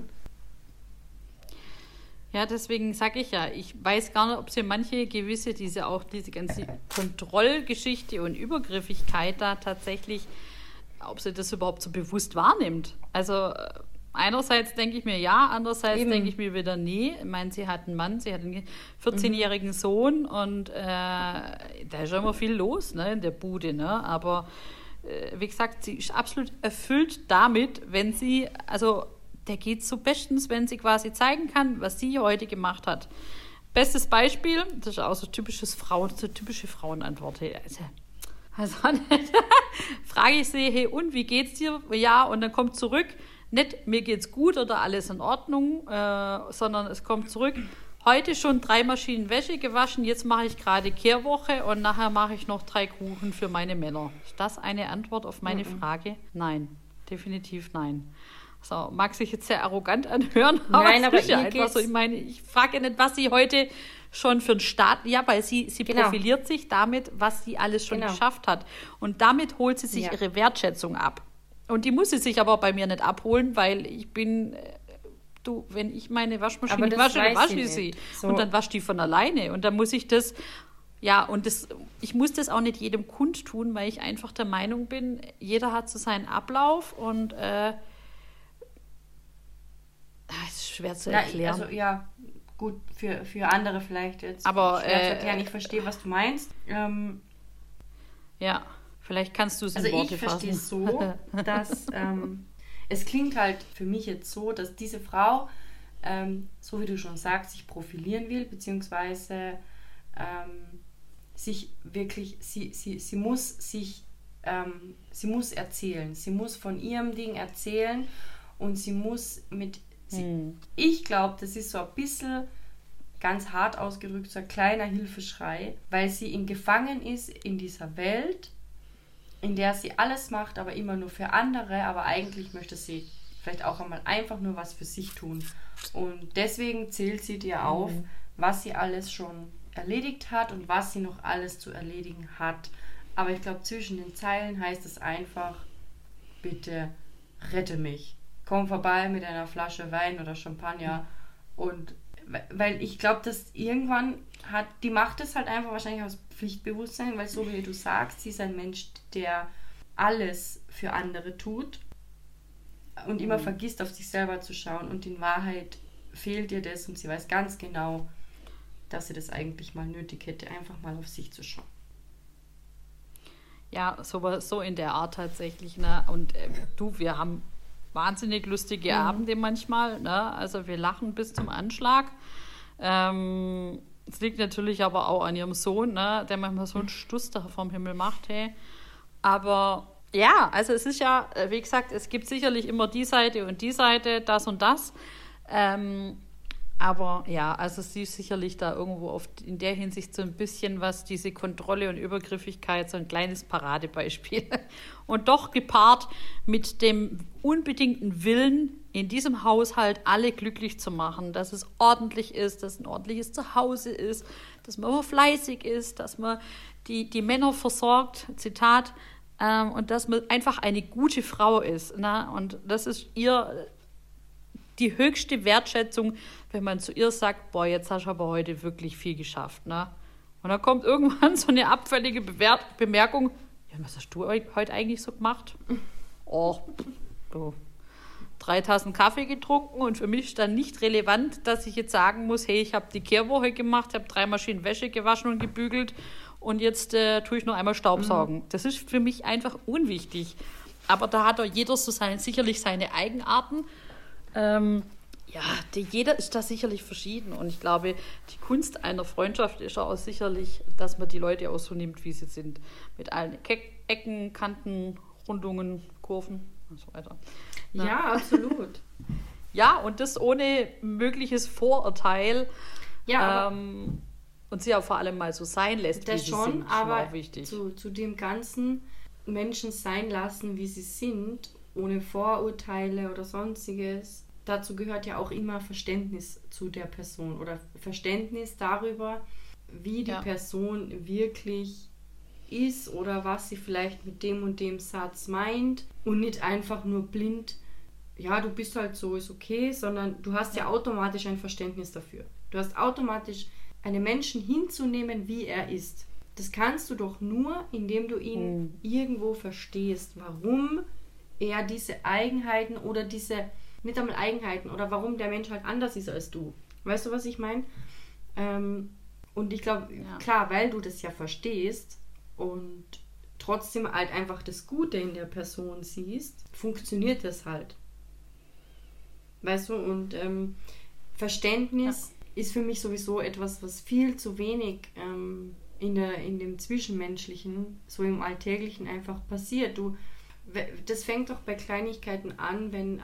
A: Ja, deswegen sage ich ja, ich weiß gar nicht, ob sie manche diese ganze Kontrollgeschichte und Übergriffigkeit da tatsächlich, ob sie das überhaupt so bewusst wahrnimmt. Also einerseits denke ich mir ja, andererseits denke ich mir wieder nee. Ich meine, sie hat einen Mann, sie hat einen 14-jährigen Sohn und da ist schon immer viel los, ne, in der Bude, ne, aber wie gesagt, sie ist absolut erfüllt damit, wenn sie, also der geht so bestens, wenn sie quasi zeigen kann, was sie heute gemacht hat. Bestes Beispiel, das ist auch so typische Frauenantwort. Also frage ich sie, hey, und wie geht's dir? Ja, und dann kommt zurück, nicht mir geht's gut oder alles in Ordnung, sondern es kommt zurück, heute schon 3 Maschinen Wäsche gewaschen, jetzt mache ich gerade Kehrwoche und nachher mache ich noch 3 Kuchen für meine Männer. Ist das eine Antwort auf meine Frage? Nein, definitiv nein. So, mag sich jetzt sehr arrogant anhören, aber nein, es ist ja einfach so. Ich meine, ich frage nicht, was sie heute schon für einen Start, ja, weil sie profiliert sich damit, was sie alles schon geschafft hat. Und damit holt sie sich ihre Wertschätzung ab. Und die muss sie sich aber bei mir nicht abholen, weil ich bin, wenn ich meine Waschmaschine wasche, dann wasche ich sie. So. Und dann wascht die von alleine. Und dann muss ich das, ich muss das auch nicht jedem kundtun, weil ich einfach der Meinung bin, jeder hat so seinen Ablauf und es ist schwer zu erklären.
B: Also ja, gut, für andere vielleicht jetzt
A: aber,
B: schwer zu erklären. Ich verstehe, was du meinst.
A: Ja, vielleicht kannst du es in Worte fassen.
B: Also ich verstehe es so, dass es klingt halt für mich jetzt so, dass diese Frau, so wie du schon sagst, sich profilieren will, beziehungsweise sich wirklich, sie muss erzählen. Sie muss von ihrem Ding erzählen und sie muss ich glaube, das ist so ein bisschen, ganz hart ausgedrückt, so ein kleiner Hilfeschrei, weil sie gefangen ist in dieser Welt, in der sie alles macht, aber immer nur für andere, aber eigentlich möchte sie vielleicht auch einmal einfach nur was für sich tun. Und deswegen zählt sie dir auf, was sie alles schon erledigt hat und was sie noch alles zu erledigen hat. Aber ich glaube, zwischen den Zeilen heißt es einfach, bitte rette mich. Komm vorbei mit einer Flasche Wein oder Champagner. Und weil ich glaube, dass irgendwann die macht es halt einfach wahrscheinlich aus Pflichtbewusstsein, weil so wie du sagst, sie ist ein Mensch, der alles für andere tut und immer vergisst, auf sich selber zu schauen. Und in Wahrheit fehlt ihr das und sie weiß ganz genau, dass sie das eigentlich mal nötig hätte, einfach mal auf sich zu schauen.
A: Ja, so in der Art tatsächlich. Ne? Und wir haben wahnsinnig lustige Abende manchmal. Ne? Also wir lachen bis zum Anschlag. Es liegt natürlich aber auch an ihrem Sohn, ne? Der manchmal so einen Stuss da vom Himmel macht. Hey. Aber ja, also es ist ja, wie gesagt, es gibt sicherlich immer die Seite und die Seite, das und das. Aber ja, also sie ist sicherlich da irgendwo oft in der Hinsicht so ein bisschen, was diese Kontrolle und Übergriffigkeit, so ein kleines Paradebeispiel. Und doch gepaart mit dem unbedingten Willen, in diesem Haushalt alle glücklich zu machen, dass es ordentlich ist, dass ein ordentliches Zuhause ist, dass man immer fleißig ist, dass man die Männer versorgt, Zitat, und dass man einfach eine gute Frau ist. Ne? Und das ist ihr die höchste Wertschätzung, wenn man zu ihr sagt, boah, jetzt hast du aber heute wirklich viel geschafft. Ne? Und dann kommt irgendwann so eine abfällige Bemerkung, ja, was hast du heute eigentlich so gemacht? Oh, so 3 Tassen Kaffee getrunken und für mich ist dann nicht relevant, dass ich jetzt sagen muss, hey, ich habe die Kehrwoche gemacht, habe 3 Maschinen Wäsche gewaschen und gebügelt und jetzt tue ich nur einmal Staubsaugen. Das ist für mich einfach unwichtig. Aber da hat doch jeder so sicherlich seine Eigenarten. Jeder ist da sicherlich verschieden und ich glaube, die Kunst einer Freundschaft ist auch sicherlich, dass man die Leute auch so nimmt, wie sie sind. Mit allen Ecken, Kanten, Rundungen, Kurven und so weiter.
B: Ja, absolut.
A: Ja, und das ohne mögliches Vorurteil. Ja, und sie auch vor allem mal so sein lässt,
B: das
A: wie sie
B: schon,
A: sind.
B: aber
A: auch wichtig.
B: Zu dem ganzen Menschen sein lassen, wie sie sind, ohne Vorurteile oder Sonstiges. Dazu gehört ja auch immer Verständnis zu der Person oder Verständnis darüber, wie die Person wirklich ist oder was sie vielleicht mit dem und dem Satz meint und nicht einfach nur blind, ja, du bist halt so, ist okay, sondern du hast ja automatisch ein Verständnis dafür. Du hast automatisch einen Menschen hinzunehmen, wie er ist. Das kannst du doch nur, indem du ihn irgendwo verstehst, warum er diese Eigenheiten oder nicht einmal Eigenheiten oder warum der Mensch halt anders ist als du. Weißt du, was ich meine? Und ich glaube, klar, weil du das ja verstehst und trotzdem halt einfach das Gute in der Person siehst, funktioniert das halt. Weißt du, und Verständnis ist für mich sowieso etwas, was viel zu wenig in dem Zwischenmenschlichen, so im Alltäglichen einfach passiert. Das fängt doch bei Kleinigkeiten an, wenn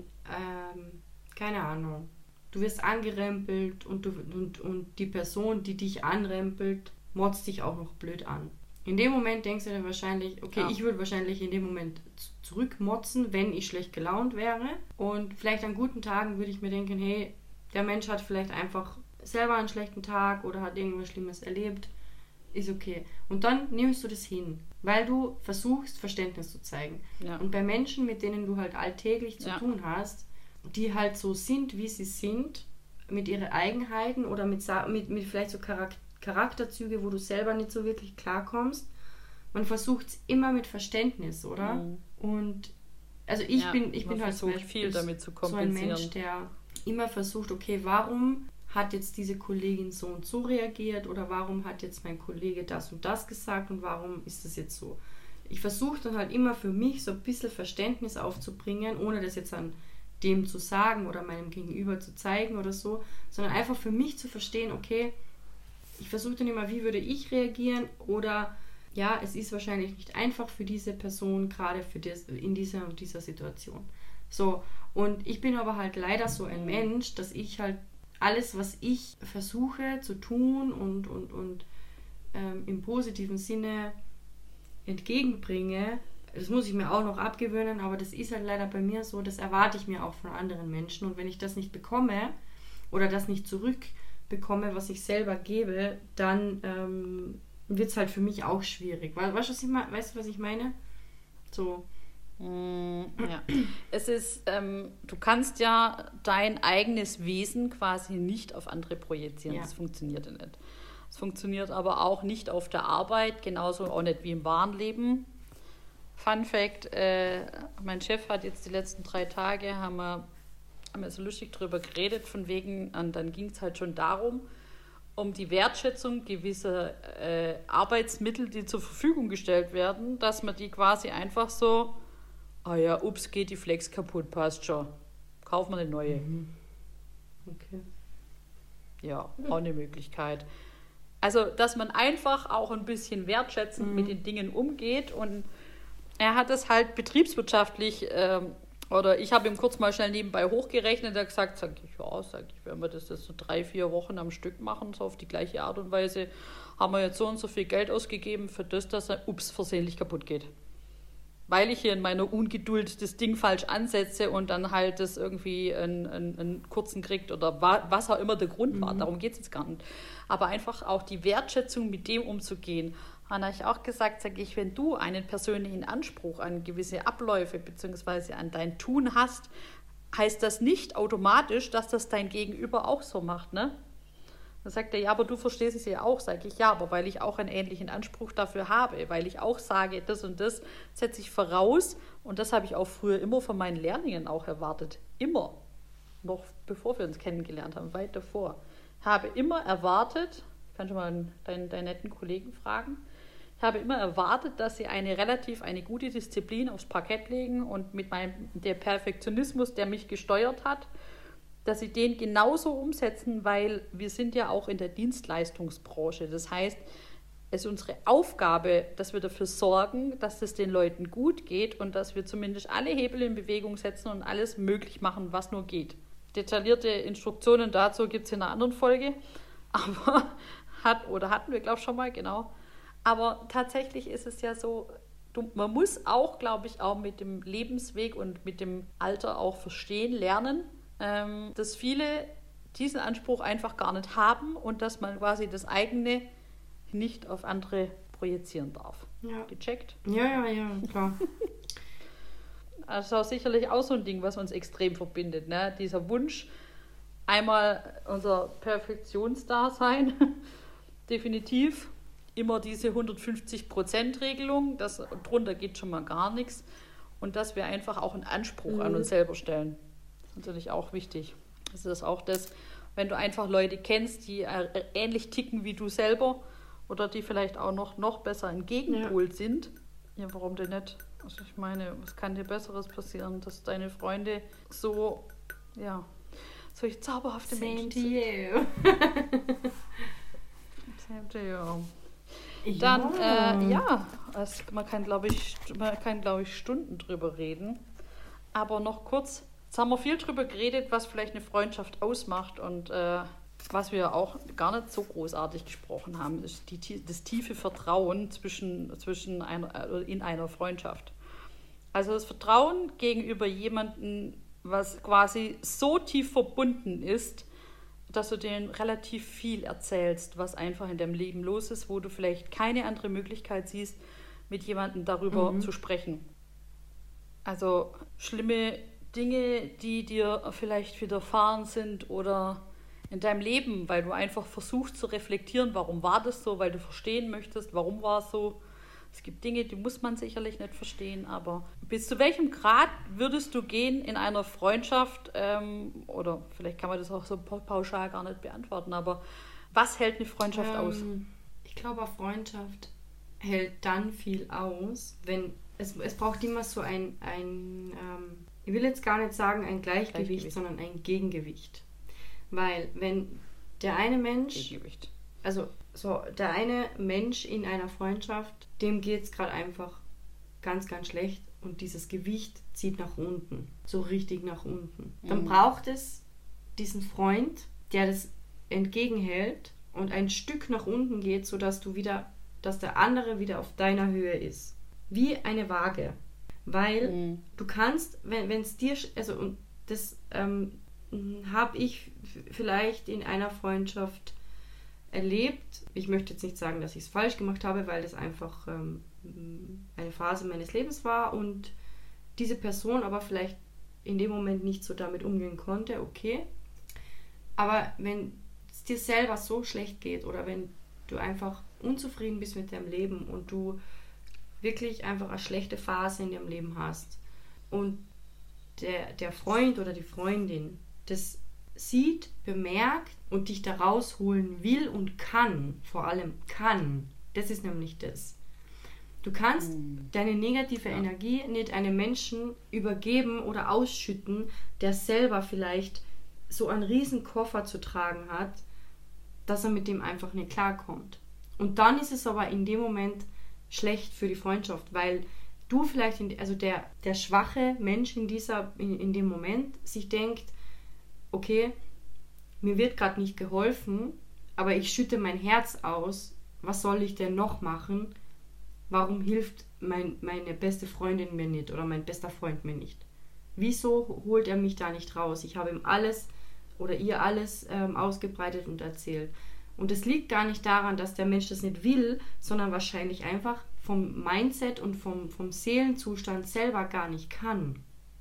B: keine Ahnung, du wirst angerempelt und die Person, die dich anrempelt, motzt dich auch noch blöd an. In dem Moment denkst du dir wahrscheinlich, okay, ich würde wahrscheinlich in dem Moment zurückmotzen, wenn ich schlecht gelaunt wäre. Und vielleicht an guten Tagen würde ich mir denken, hey, der Mensch hat vielleicht einfach selber einen schlechten Tag oder hat irgendwas Schlimmes erlebt. Ist okay. Und dann nimmst du das hin, weil du versuchst, Verständnis zu zeigen. Ja. Und bei Menschen, mit denen du halt alltäglich zu tun hast, die halt so sind, wie sie sind, mit ihren Eigenheiten oder mit vielleicht so Charakterzüge, wo du selber nicht so wirklich klarkommst, man versucht es immer mit Verständnis, oder? Mhm. Und also ich bin halt zum Beispiel
A: viel damit zu
B: so ein Mensch, der immer versucht, okay, warum hat jetzt diese Kollegin so und so reagiert oder warum hat jetzt mein Kollege das und das gesagt und warum ist das jetzt so? Ich versuche dann halt immer für mich so ein bisschen Verständnis aufzubringen, ohne das jetzt an dem zu sagen oder meinem Gegenüber zu zeigen oder so, sondern einfach für mich zu verstehen, okay, ich versuche dann immer, wie würde ich reagieren oder ja, es ist wahrscheinlich nicht einfach für diese Person, gerade in dieser Situation. So, und ich bin aber halt leider so ein Mensch, dass ich halt alles, was ich versuche zu tun und im positiven Sinne entgegenbringe, das muss ich mir auch noch abgewöhnen, aber das ist halt leider bei mir so, das erwarte ich mir auch von anderen Menschen und wenn ich das nicht bekomme oder das nicht zurückbekomme, was ich selber gebe, dann wird es halt für mich auch schwierig. Weißt du, was ich meine? So.
A: Ja. Es ist, du kannst ja dein eigenes Wesen quasi nicht auf andere projizieren. Ja. Das funktioniert ja nicht. Es funktioniert aber auch nicht auf der Arbeit, genauso auch nicht wie im wahren Leben. Fun Fact, mein Chef hat jetzt die letzten 3 Tage, haben wir so lustig drüber geredet, von wegen, und dann ging es halt schon darum, um die Wertschätzung gewisser Arbeitsmittel, die zur Verfügung gestellt werden, dass man die quasi einfach so ah ja, ups, geht die Flex kaputt, passt schon. Kaufen wir eine neue.
B: Okay.
A: Ja, auch eine Möglichkeit. Also, dass man einfach auch ein bisschen wertschätzend mit den Dingen umgeht. Und er hat es halt betriebswirtschaftlich, oder ich habe ihm kurz mal schnell nebenbei hochgerechnet, er hat gesagt, wenn wir das jetzt so 3-4 Wochen am Stück machen, so auf die gleiche Art und Weise, haben wir jetzt so und so viel Geld ausgegeben für das, dass er, versehentlich kaputt geht. Weil ich hier in meiner Ungeduld das Ding falsch ansetze und dann halt das irgendwie einen kurzen kriegt oder was auch immer der Grund war. Darum geht es jetzt gar nicht. Aber einfach auch die Wertschätzung, mit dem umzugehen. Dann habe ich auch gesagt, sage ich, wenn du einen persönlichen Anspruch an gewisse Abläufe bzw. an dein Tun hast, heißt das nicht automatisch, dass das dein Gegenüber auch so macht, ne? Dann sagt er, ja, aber du verstehst es ja auch. Sage ich, ja, aber weil ich auch einen ähnlichen Anspruch dafür habe, weil ich auch sage, das und das setze ich voraus. Und das habe ich auch früher immer von meinen Lehrlingen auch erwartet. Immer. Noch bevor wir uns kennengelernt haben, weit davor. Ich habe immer erwartet, ich kann schon mal deinen netten Kollegen fragen, ich habe immer erwartet, dass sie eine gute Disziplin aufs Parkett legen und mit der Perfektionismus, der mich gesteuert hat, dass sie den genauso umsetzen, weil wir sind ja auch in der Dienstleistungsbranche. Das heißt, es ist unsere Aufgabe, dass wir dafür sorgen, dass es den Leuten gut geht und dass wir zumindest alle Hebel in Bewegung setzen und alles möglich machen, was nur geht. Detaillierte Instruktionen dazu gibt es in einer anderen Folge, aber hatten wir, glaube ich, schon mal, genau. Aber tatsächlich ist es ja so, man muss auch, glaube ich, auch mit dem Lebensweg und mit dem Alter auch verstehen, lernen, dass viele diesen Anspruch einfach gar nicht haben und dass man quasi das eigene nicht auf andere projizieren darf.
B: Ja.
A: Gecheckt?
B: Ja, klar.
A: Das ist sicherlich auch so ein Ding, was uns extrem verbindet, ne? Dieser Wunsch, einmal unser Perfektionsdasein, definitiv, immer diese 150%-Regelung, drunter geht schon mal gar nichts und dass wir einfach auch einen Anspruch an uns selber stellen. Das ist natürlich auch wichtig. Das ist auch das, wenn du einfach Leute kennst, die ähnlich ticken wie du selber oder die vielleicht auch noch besser ein Gegenpol sind. Ja, warum denn nicht? Also ich meine, was kann dir Besseres passieren, dass deine Freunde solche zauberhafte Menschen sind. Same to you. Dann, man kann, glaube ich, Stunden drüber reden. Aber noch kurz, jetzt haben wir viel drüber geredet, was vielleicht eine Freundschaft ausmacht und was wir auch gar nicht so großartig gesprochen haben, ist das tiefe Vertrauen in einer Freundschaft. Also das Vertrauen gegenüber jemandem, was quasi so tief verbunden ist, dass du denen relativ viel erzählst, was einfach in deinem Leben los ist, wo du vielleicht keine andere Möglichkeit siehst, mit jemandem darüber zu sprechen. Also schlimme Dinge, die dir vielleicht widerfahren sind oder in deinem Leben, weil du einfach versuchst zu reflektieren, warum war das so, weil du verstehen möchtest, warum war es so. Es gibt Dinge, die muss man sicherlich nicht verstehen, aber bis zu welchem Grad würdest du gehen in einer Freundschaft, oder vielleicht kann man das auch so pauschal gar nicht beantworten, aber was hält eine Freundschaft aus?
B: Ich glaube, eine Freundschaft hält dann viel aus, wenn es braucht immer so ein ich will jetzt gar nicht sagen ein Gleichgewicht, sondern ein Gegengewicht. Weil wenn der eine Mensch, der eine Mensch in einer Freundschaft, dem geht es gerade einfach ganz, ganz schlecht und dieses Gewicht zieht nach unten, so richtig nach unten. Dann braucht es diesen Freund, der das entgegenhält und ein Stück nach unten geht, sodass dass der andere wieder auf deiner Höhe ist. Wie eine Waage. Weil du kannst, wenn es dir, und das habe ich vielleicht in einer Freundschaft erlebt. Ich möchte jetzt nicht sagen, dass ich es falsch gemacht habe, weil das einfach eine Phase meines Lebens war und diese Person aber vielleicht in dem Moment nicht so damit umgehen konnte, okay. Aber wenn es dir selber so schlecht geht oder wenn du einfach unzufrieden bist mit deinem Leben und du wirklich einfach eine schlechte Phase in deinem Leben hast und der Freund oder die Freundin das sieht, bemerkt und dich da rausholen will und kann, vor allem kann, das ist nämlich das, Du kannst deine negative Energie nicht einem Menschen übergeben oder ausschütten, der selber vielleicht so einen riesen Koffer zu tragen hat, dass er mit dem einfach nicht klarkommt. Und dann ist es aber in dem Moment schlecht für die Freundschaft, weil du vielleicht, der schwache Mensch in dem Moment sich denkt, okay, mir wird gerade nicht geholfen, aber ich schütte mein Herz aus, was soll ich denn noch machen? Warum hilft meine beste Freundin mir nicht oder mein bester Freund mir nicht? Wieso holt er mich da nicht raus? Ich habe ihm alles oder ihr alles ausgebreitet und erzählt. Und es liegt gar nicht daran, dass der Mensch das nicht will, sondern wahrscheinlich einfach vom Mindset und vom Seelenzustand selber gar nicht kann.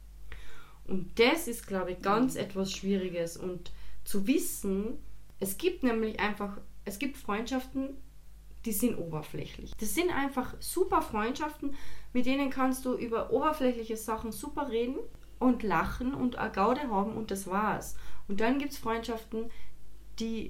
B: Und das ist, glaube ich, ganz etwas Schwieriges. Und zu wissen, es gibt Freundschaften, die sind oberflächlich. Das sind einfach super Freundschaften, mit denen kannst du über oberflächliche Sachen super reden und lachen und eine Gaude haben und das war's. Und dann gibt es Freundschaften, die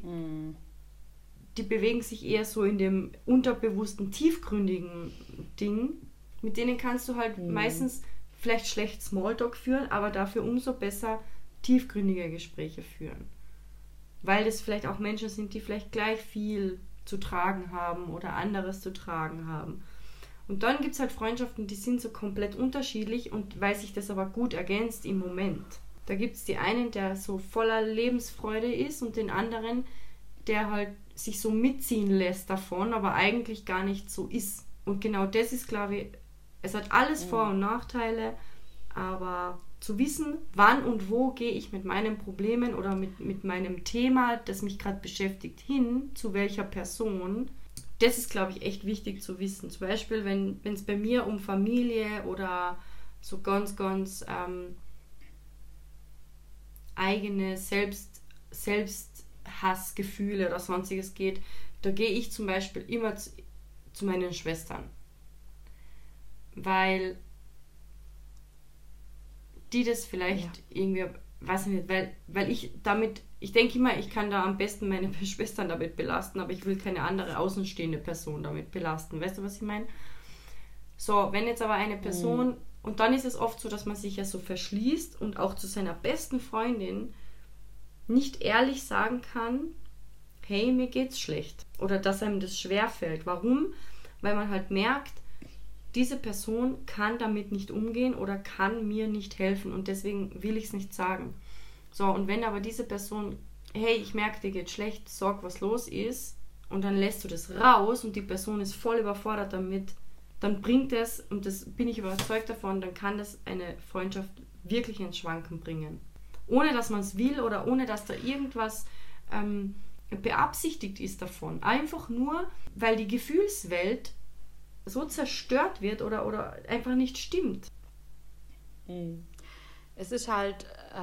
B: bewegen sich eher so in dem unterbewussten, tiefgründigen Ding. Mit denen kannst du halt meistens vielleicht schlecht Smalltalk führen, aber dafür umso besser tiefgründige Gespräche führen. Weil das vielleicht auch Menschen sind, die vielleicht gleich viel zu tragen haben oder anderes zu tragen haben. Und dann gibt es halt Freundschaften, die sind so komplett unterschiedlich und weil sich das aber gut ergänzt im Moment. Da gibt es die einen, der so voller Lebensfreude ist und den anderen, der halt sich so mitziehen lässt davon, aber eigentlich gar nicht so ist. Und genau das ist, glaube ich, es hat alles Vor- und Nachteile, aber zu wissen, wann und wo gehe ich mit meinen Problemen oder mit meinem Thema, das mich gerade beschäftigt, hin, zu welcher Person, das ist, glaube ich, echt wichtig zu wissen. Zum Beispiel, wenn es bei mir um Familie oder so ganz, ganz eigene Selbsthassgefühle oder sonstiges geht, da gehe ich zum Beispiel immer zu meinen Schwestern. Weil die das vielleicht irgendwie, weiß ich nicht, weil ich denke immer, ich kann da am besten meine Schwestern damit belasten, aber ich will keine andere außenstehende Person damit belasten. Weißt du, was ich meine? So, wenn jetzt aber eine Person, und dann ist es oft so, dass man sich ja so verschließt und auch zu seiner besten Freundin nicht ehrlich sagen kann, hey, mir geht's schlecht. Oder dass einem das schwerfällt. Warum? Weil man halt merkt, diese Person kann damit nicht umgehen oder kann mir nicht helfen und deswegen will ich es nicht sagen. So, und wenn aber diese Person, hey, ich merke, dir geht schlecht, sag, was los ist, und dann lässt du das raus und die Person ist voll überfordert damit, dann bringt es, und das bin ich überzeugt davon, dann kann das eine Freundschaft wirklich ins Schwanken bringen. Ohne dass man es will oder ohne dass da irgendwas beabsichtigt ist davon. Einfach nur, weil die Gefühlswelt so zerstört wird oder einfach nicht stimmt.
A: Es ist halt,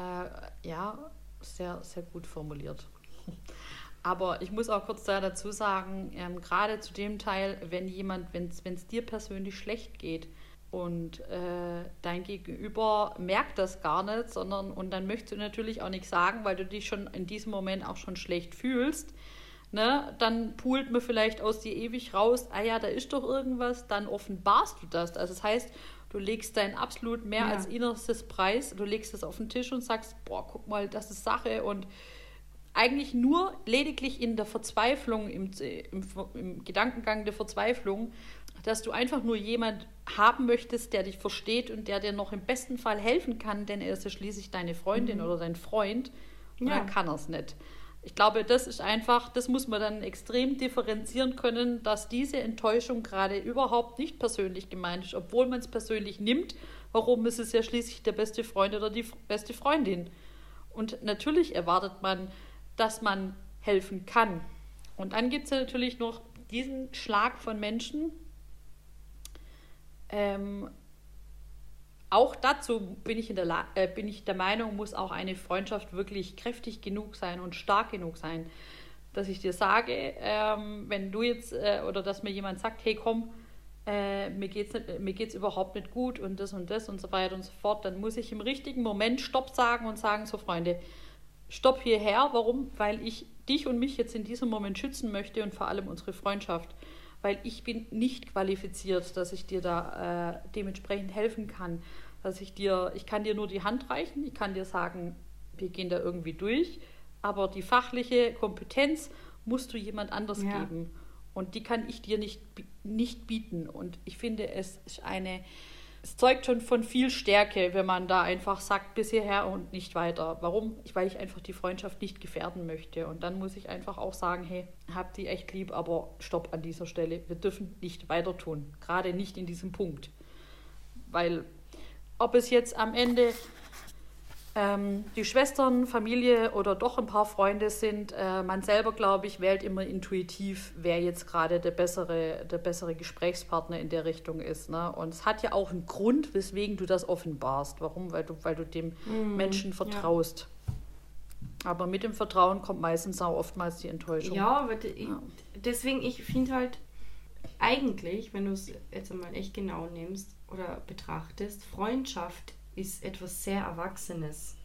A: sehr, sehr gut formuliert. Aber ich muss auch kurz dazu sagen, gerade zu dem Teil, wenn es dir persönlich schlecht geht und dein Gegenüber merkt das gar nicht, und dann möchtest du natürlich auch nichts sagen, weil du dich schon in diesem Moment auch schon schlecht fühlst, ne, dann poolt man vielleicht aus dir ewig raus, da ist doch irgendwas, dann offenbarst du das. Also das heißt, du legst dein absolut mehr als innerstes Preis, du legst das auf den Tisch und sagst, boah, guck mal, das ist Sache, und eigentlich nur lediglich in der Verzweiflung, im Gedankengang der Verzweiflung, dass du einfach nur jemand haben möchtest, der dich versteht und der dir noch im besten Fall helfen kann, denn er ist ja schließlich deine Freundin oder dein Freund, und dann kann er es nicht. Ich glaube, das ist einfach, das muss man dann extrem differenzieren können, dass diese Enttäuschung gerade überhaupt nicht persönlich gemeint ist, obwohl man es persönlich nimmt. Warum ist es ja schließlich der beste Freund oder die beste Freundin? Und natürlich erwartet man, dass man helfen kann. Und dann gibt es ja natürlich noch diesen Schlag von Menschen. Auch dazu bin ich der Meinung, muss auch eine Freundschaft wirklich kräftig genug sein und stark genug sein, dass ich dir sage, wenn du jetzt, oder dass mir jemand sagt, hey komm, mir geht's überhaupt nicht gut und das und so weiter und so fort, dann muss ich im richtigen Moment Stopp sagen und sagen, so Freunde, Stopp hierher. Warum? Weil ich dich und mich jetzt in diesem Moment schützen möchte und vor allem unsere Freundschaft. weil ich bin nicht qualifiziert, dass ich dir da dementsprechend helfen kann. Ich kann dir nur die Hand reichen, ich kann dir sagen, wir gehen da irgendwie durch, aber die fachliche Kompetenz musst du jemand anders geben. Und die kann ich dir nicht bieten. Und ich finde, es zeugt schon von viel Stärke, wenn man da einfach sagt, bis hierher und nicht weiter. Warum? Weil ich einfach die Freundschaft nicht gefährden möchte. Und dann muss ich einfach auch sagen, hey, hab die echt lieb, aber stopp an dieser Stelle. Wir dürfen nicht weiter tun. Gerade nicht in diesem Punkt. Weil ob es jetzt am Ende die Schwestern, Familie oder doch ein paar Freunde sind, man selber, glaube ich, wählt immer intuitiv, wer jetzt gerade der bessere Gesprächspartner in der Richtung ist. Ne? Und es hat ja auch einen Grund, weswegen du das offenbarst. Warum? Weil du dem Menschen vertraust. Ja. Aber mit dem Vertrauen kommt meistens auch oftmals die Enttäuschung.
B: Ja, aber deswegen, ich finde halt eigentlich, wenn du es jetzt einmal echt genau nimmst oder betrachtest, Freundschaft ist etwas sehr Erwachsenes.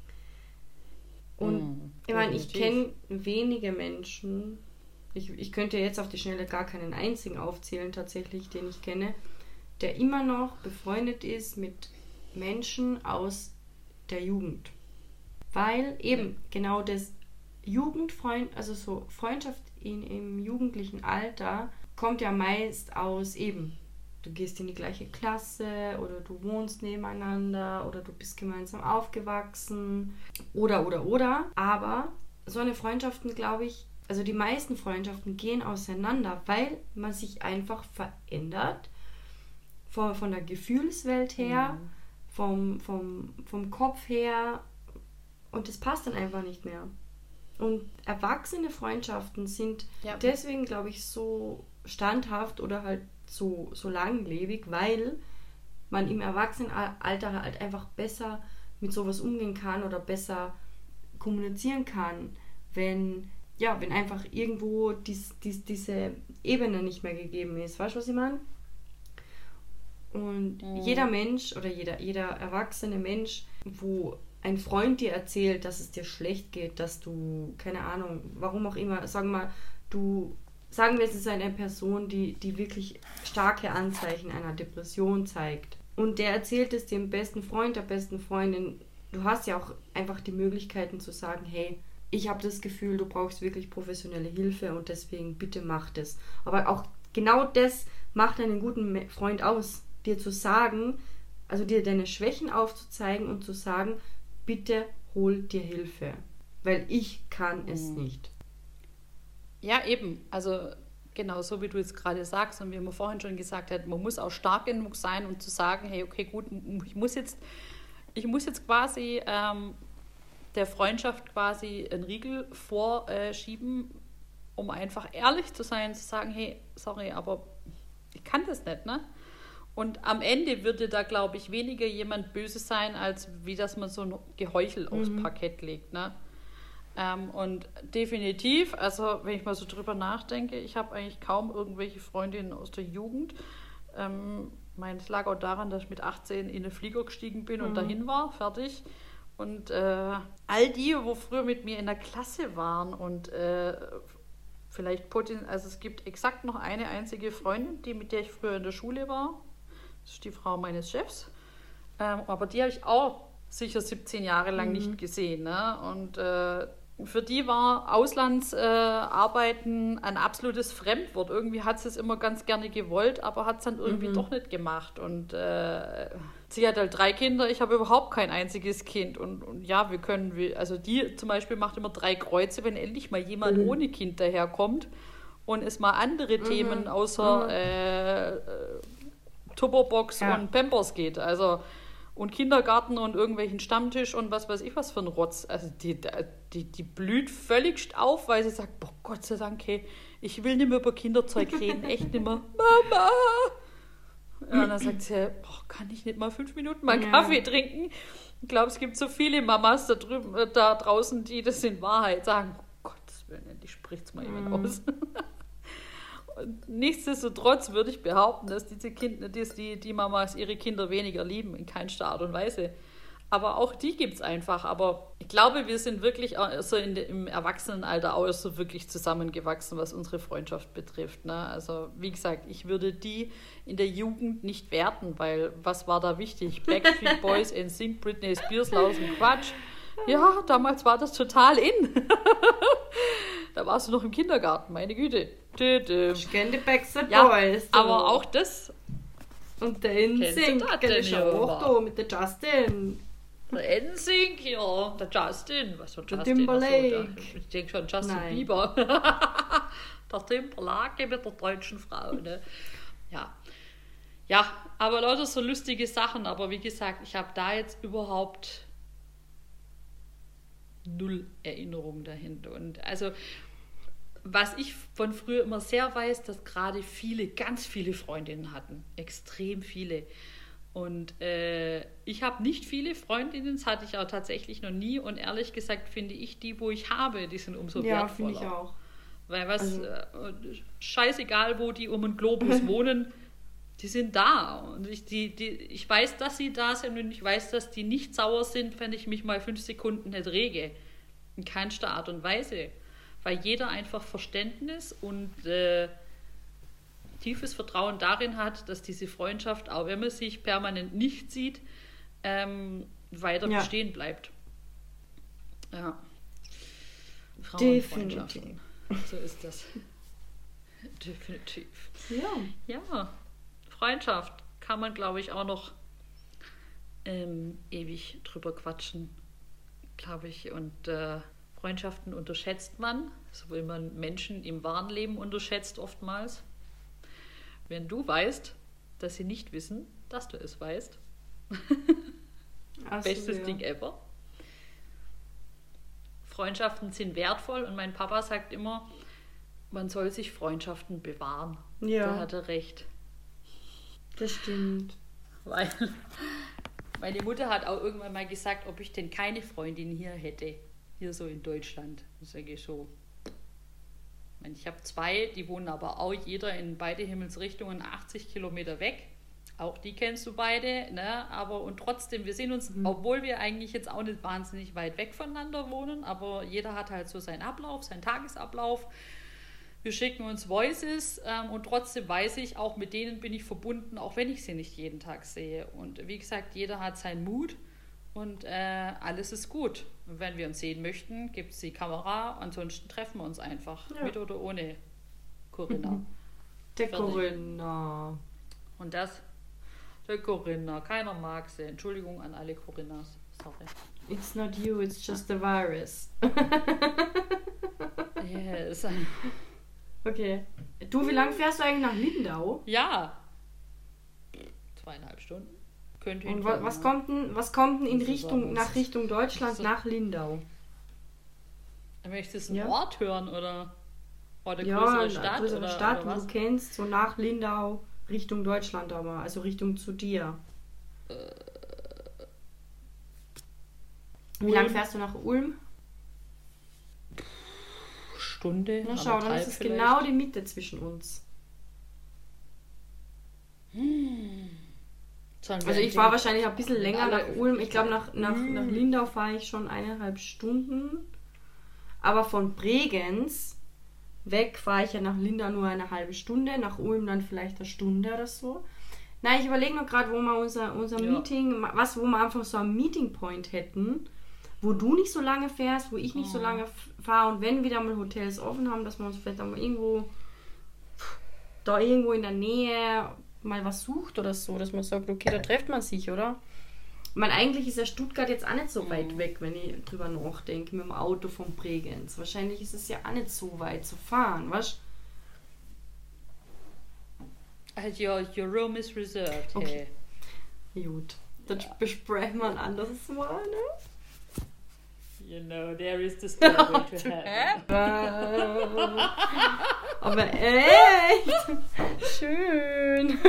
B: Und ich meine, ich kenne wenige Menschen, ich könnte jetzt auf die Schnelle gar keinen einzigen aufzählen tatsächlich, den ich kenne, der immer noch befreundet ist mit Menschen aus der Jugend. Weil eben genau das also so Freundschaft im jugendlichen Alter kommt ja meist aus eben, du gehst in die gleiche Klasse oder du wohnst nebeneinander oder du bist gemeinsam aufgewachsen oder. Aber so eine Freundschaften, glaube ich, also die meisten Freundschaften gehen auseinander, weil man sich einfach verändert. Von der Gefühlswelt her, vom Kopf her, und das passt dann einfach nicht mehr. Und erwachsene Freundschaften sind deswegen, glaube ich, so standhaft oder halt so langlebig, weil man im Erwachsenenalter halt einfach besser mit sowas umgehen kann oder besser kommunizieren kann, wenn einfach irgendwo diese Ebene nicht mehr gegeben ist. Weißt du, was ich meine? Und jeder Mensch oder jeder erwachsene Mensch, wo ein Freund dir erzählt, dass es dir schlecht geht, dass du, keine Ahnung, warum auch immer, sagen wir, es ist eine Person, die wirklich starke Anzeichen einer Depression zeigt. Und der erzählt es dem besten Freund, der besten Freundin. Du hast ja auch einfach die Möglichkeiten zu sagen, hey, ich habe das Gefühl, du brauchst wirklich professionelle Hilfe und deswegen bitte mach das. Aber auch genau das macht einen guten Freund aus, dir zu sagen, also dir deine Schwächen aufzuzeigen und zu sagen, bitte hol dir Hilfe, weil ich kann es nicht.
A: Ja, eben. Also genau so, wie du jetzt gerade sagst und wie wir vorhin schon gesagt haben, man muss auch stark genug sein, um zu sagen, hey, okay, gut, ich muss jetzt quasi der Freundschaft quasi einen Riegel vorschieben, um einfach ehrlich zu sein, zu sagen, hey, sorry, aber ich kann das nicht, ne? Und am Ende würde da, glaube ich, weniger jemand böse sein, als wie dass man so ein Geheuchel aufs Parkett legt, ne? Und definitiv, also wenn ich mal so drüber nachdenke, ich habe eigentlich kaum irgendwelche Freundinnen aus der Jugend. Es lag auch daran, dass ich mit 18 in den Flieger gestiegen bin und dahin war, fertig. Und all die, wo früher mit mir in der Klasse waren und vielleicht also es gibt exakt noch eine einzige Freundin, mit der ich früher in der Schule war. Das ist die Frau meines Chefs. Aber die habe ich auch sicher 17 Jahre lang nicht gesehen. Ne? Und für die war Auslandsarbeiten ein absolutes Fremdwort. Irgendwie hat sie es immer ganz gerne gewollt, aber hat es dann irgendwie doch nicht gemacht. Und sie hat halt 3 Kinder, ich habe überhaupt kein einziges Kind. Und ja, also die zum Beispiel macht immer 3 Kreuze, wenn endlich mal jemand ohne Kind daherkommt und es mal andere Themen außer Tupperbox und Pampers geht. Also und Kindergarten und irgendwelchen Stammtisch und was weiß ich was für ein Rotz. Also die blüht völlig auf, weil sie sagt, boah, Gott sei Dank, hey, ich will nicht mehr über Kinderzeug reden, echt nicht mehr. Mama! Ja, und dann sagt sie, boah, kann ich nicht mal 5 Minuten mal Kaffee trinken? Ich glaube, es gibt so viele Mamas da draußen, die das in Wahrheit sagen, oh Gottes Willen, endlich spricht's mal jemand aus. Nichtsdestotrotz würde ich behaupten, dass die Mamas ihre Kinder weniger lieben, in keinster Art und Weise. Aber auch die gibt es einfach. Aber ich glaube, wir sind wirklich so im Erwachsenenalter auch so wirklich zusammengewachsen, was unsere Freundschaft betrifft. Ne? Also wie gesagt, ich würde die in der Jugend nicht werten, weil was war da wichtig? Backstreet Boys, NSYNC, Britney Spears, lausen Quatsch. Ja, damals war das total in. Da warst du noch im Kindergarten, meine Güte.
B: Ich kenne die Backstreet Boys.
A: So. Aber auch das...
B: Und der NSYNC kenne ich auch da mit der Justin.
A: Der NSYNC, ja. Der Justin. Was für
B: Justin? Timberlake.
A: Ich denke schon Justin Bieber. Der Timberlake mit der deutschen Frau. Ne? Ja, aber lauter so lustige Sachen. Aber wie gesagt, ich habe da jetzt überhaupt 0 Erinnerung dahinter. Und also... Was ich von früher immer sehr weiß, dass gerade ganz viele Freundinnen hatten. Extrem viele. Und ich habe nicht viele Freundinnen, das hatte ich auch tatsächlich noch nie. Und ehrlich gesagt finde ich die, wo ich habe, die sind umso wertvoller.
B: Ja, finde ich auch.
A: Weil scheißegal, wo die um den Globus wohnen, die sind da. Und ich weiß, dass sie da sind und ich weiß, dass die nicht sauer sind, wenn ich mich mal 5 Sekunden nicht rege. In keinster Art und Weise. Weil jeder einfach Verständnis und tiefes Vertrauen darin hat, dass diese Freundschaft, auch wenn man sich permanent nicht sieht, weiter bestehen bleibt. Ja.
B: Definitiv.
A: So ist das. Definitiv.
B: Ja.
A: Ja. Freundschaft kann man, glaube ich, auch noch ewig drüber quatschen, glaube ich. Und Freundschaften unterschätzt man, so wie man Menschen im wahren Leben unterschätzt oftmals. Wenn du weißt, dass sie nicht wissen, dass du es weißt. Bestes Ding ever. Freundschaften sind wertvoll und mein Papa sagt immer, man soll sich Freundschaften bewahren.
B: Ja.
A: Da hat er recht.
B: Das stimmt.
A: Weil meine Mutter hat auch irgendwann mal gesagt, ob ich denn keine Freundin hier hätte. Hier so in Deutschland. Das sage ich so. Ich habe 2, die wohnen aber auch jeder in beide Himmelsrichtungen 80 Kilometer weg. Auch die kennst du beide, ne? Aber und trotzdem, wir sehen uns, obwohl wir eigentlich jetzt auch nicht wahnsinnig weit weg voneinander wohnen, aber jeder hat halt so seinen Ablauf, seinen Tagesablauf. Wir schicken uns Voices und trotzdem weiß ich, auch mit denen bin ich verbunden, auch wenn ich sie nicht jeden Tag sehe. Und wie gesagt, jeder hat seinen Mut. Und alles ist gut. Und wenn wir uns sehen möchten, gibt es die Kamera. Ansonsten treffen wir uns einfach. Ja. Mit oder ohne Corinna.
B: Der Corinna.
A: Und das? Der Corinna. Keiner mag sie. Entschuldigung an alle Corinnas. Sorry.
B: It's not you, it's just the virus.
A: Yes.
B: Okay. Du, wie lange fährst du eigentlich nach Lindau?
A: Ja. 2,5 Stunden.
B: Und was kommt denn in Richtung Deutschland so. Nach Lindau?
A: Möchtest du einen Ort hören oder eine
B: größere Stadt? Eine größere Stadt, wo du kennst, so nach Lindau, Richtung Deutschland aber, also Richtung zu dir. Wie lange fährst du nach Ulm?
A: Stunde.
B: Na schau, dann ist es genau die Mitte zwischen uns. Also ich fahre wahrscheinlich ein bisschen länger nach Ulm. Ich glaube, nach Lindau fahre ich schon 1,5 Stunden. Aber von Bregenz weg fahre ich ja nach Lindau nur eine halbe Stunde. Nach Ulm dann vielleicht eine Stunde oder so. Nein, ich überlege noch gerade, wo wir unser Meeting, wo wir einfach so einen Meeting Point hätten, wo du nicht so lange fährst, wo ich nicht so lange fahre. Und wenn wieder mal Hotels offen haben, dass wir uns vielleicht einmal irgendwo in der Nähe mal was sucht oder so, dass man sagt, okay, da trifft man sich, oder? Ich meine, eigentlich ist ja Stuttgart jetzt auch nicht so weit weg, wenn ich drüber nachdenke, mit dem Auto von Bregenz. Wahrscheinlich ist es ja auch nicht so weit zu fahren, weißt
A: du? Your room is reserved.
B: Okay. Hey. Gut, das besprechen wir ein anderes Mal, ne?
A: You know, there is the stairway to heaven.
B: Aber echt schön.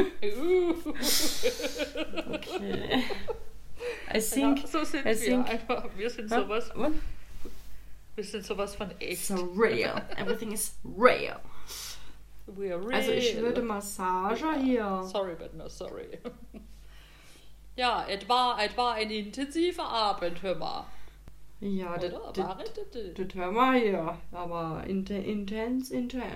B: Okay. I think,
A: so sind wir einfach. Wir sind sowas.
B: What?
A: Wir sind sowas von echt.
B: So real. Everything is real.
A: We are real.
B: Also ich würde Massage hier.
A: Sorry, but no sorry. Ja, es war ein intensiver Abend, hör mal.
B: Ja, das hör mal hier. Aber intens.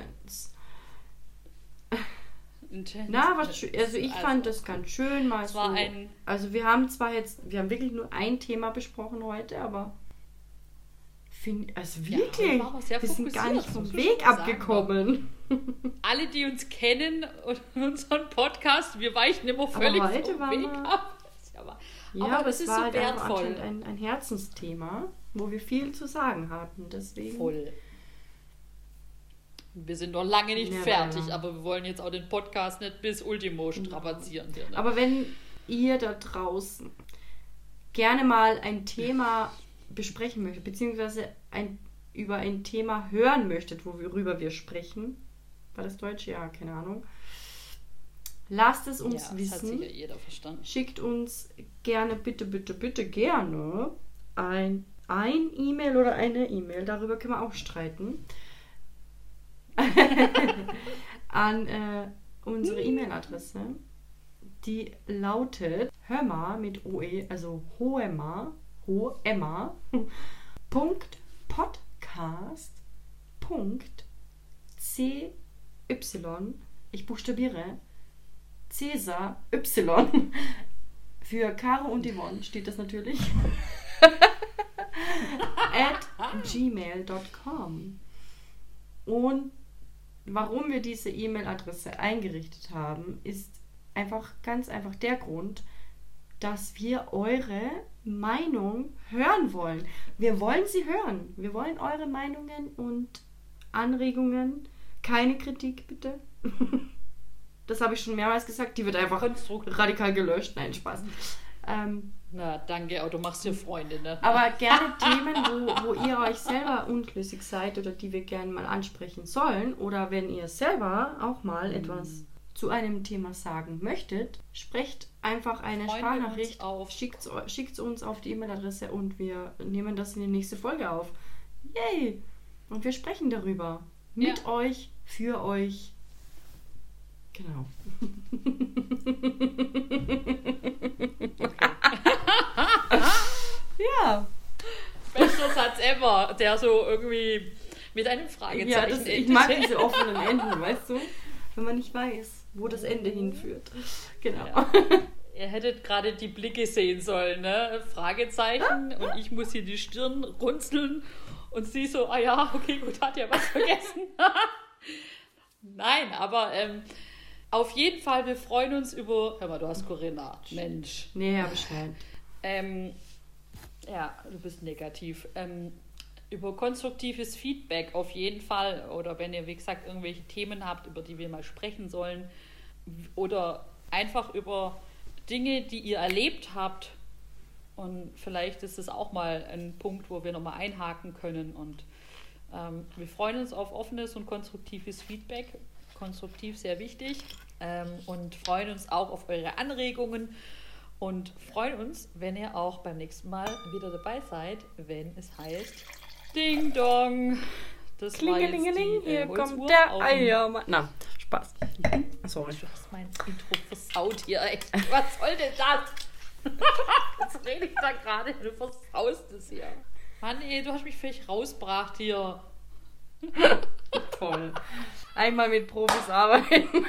B: Na, also ich fand das ganz schön mal so. Also wir haben wirklich nur ein Thema besprochen heute, aber wirklich, wir sind gar nicht vom Weg abgekommen.
A: Alle, die uns kennen und unseren Podcast, wir weichen immer völlig vom Weg ab.
B: Aber es war so wertvoll. Ein Herzensthema, wo wir viel zu sagen hatten. Deswegen.
A: Voll. Wir sind noch lange nicht fertig, aber wir wollen jetzt auch den Podcast nicht bis Ultimo strapazieren. Hier, ne?
B: Aber wenn ihr da draußen gerne mal ein Thema besprechen möchtet, beziehungsweise über ein Thema hören möchtet, worüber wir sprechen, war das Deutsch? Ja, keine Ahnung. Lasst es uns wissen. Das hat sicher jeder verstanden. Schickt uns gerne, bitte gerne ein E-Mail oder eine E-Mail, darüber können wir auch streiten, an unsere E-Mail-Adresse, die lautet hörma mit OE, also hoema, .podcast.cy, ich buchstabiere Cäsar Y, für Caro und Yvonne steht das natürlich, @gmail.com. Und warum wir diese E-Mail-Adresse eingerichtet haben, ist ganz einfach der Grund, dass wir eure Meinung hören wollen. Wir wollen sie hören. Wir wollen eure Meinungen und Anregungen. Keine Kritik, bitte. Das habe ich schon mehrmals gesagt. Die wird einfach radikal gelöscht. Nein, Spaß.
A: Na, danke, aber du machst dir Freunde, ne?
B: Aber gerne Themen, wo ihr euch selber unschlüssig seid oder die wir gerne mal ansprechen sollen. Oder wenn ihr selber auch mal etwas zu einem Thema sagen möchtet, sprecht einfach eine Sprachnachricht auf, schickt uns auf die E-Mail-Adresse und wir nehmen das in die nächste Folge auf. Yay! Und wir sprechen darüber. Mit euch, für euch. Genau. Ja.
A: Bester Satz ever, der so irgendwie mit einem Fragezeichen endet.
B: Ich mag diese offenen Enden, weißt du? Wenn man nicht weiß, wo das Ende hinführt. Genau. Ja.
A: Ihr hättet gerade die Blicke sehen sollen, ne? Fragezeichen und ich muss hier die Stirn runzeln und sie so, okay, gut, hat ja was vergessen. Nein, aber auf jeden Fall, wir freuen uns über... Hör mal, du hast Corinna. Mensch.
B: Nee, hab ich nicht.
A: Ja, du bist negativ. Über konstruktives Feedback auf jeden Fall. Oder wenn ihr, wie gesagt, irgendwelche Themen habt, über die wir mal sprechen sollen. Oder einfach über Dinge, die ihr erlebt habt. Und vielleicht ist es auch mal ein Punkt, wo wir nochmal einhaken können. Und wir freuen uns auf offenes und konstruktives Feedback. Konstruktiv sehr wichtig. Und freuen uns auch auf eure Anregungen. Und freuen uns, wenn ihr auch beim nächsten Mal wieder dabei seid, wenn es heißt Ding Dong. Das war jetzt die
B: hier kommt der Eiermann. Na, Spaß. Sorry.
A: Du hast mein Intro versaut hier. Echt. Was soll denn das? Jetzt rede ich da gerade. Du versaust es hier. Mann, du hast mich völlig rausgebracht hier.
B: Toll. Einmal mit Profis arbeiten.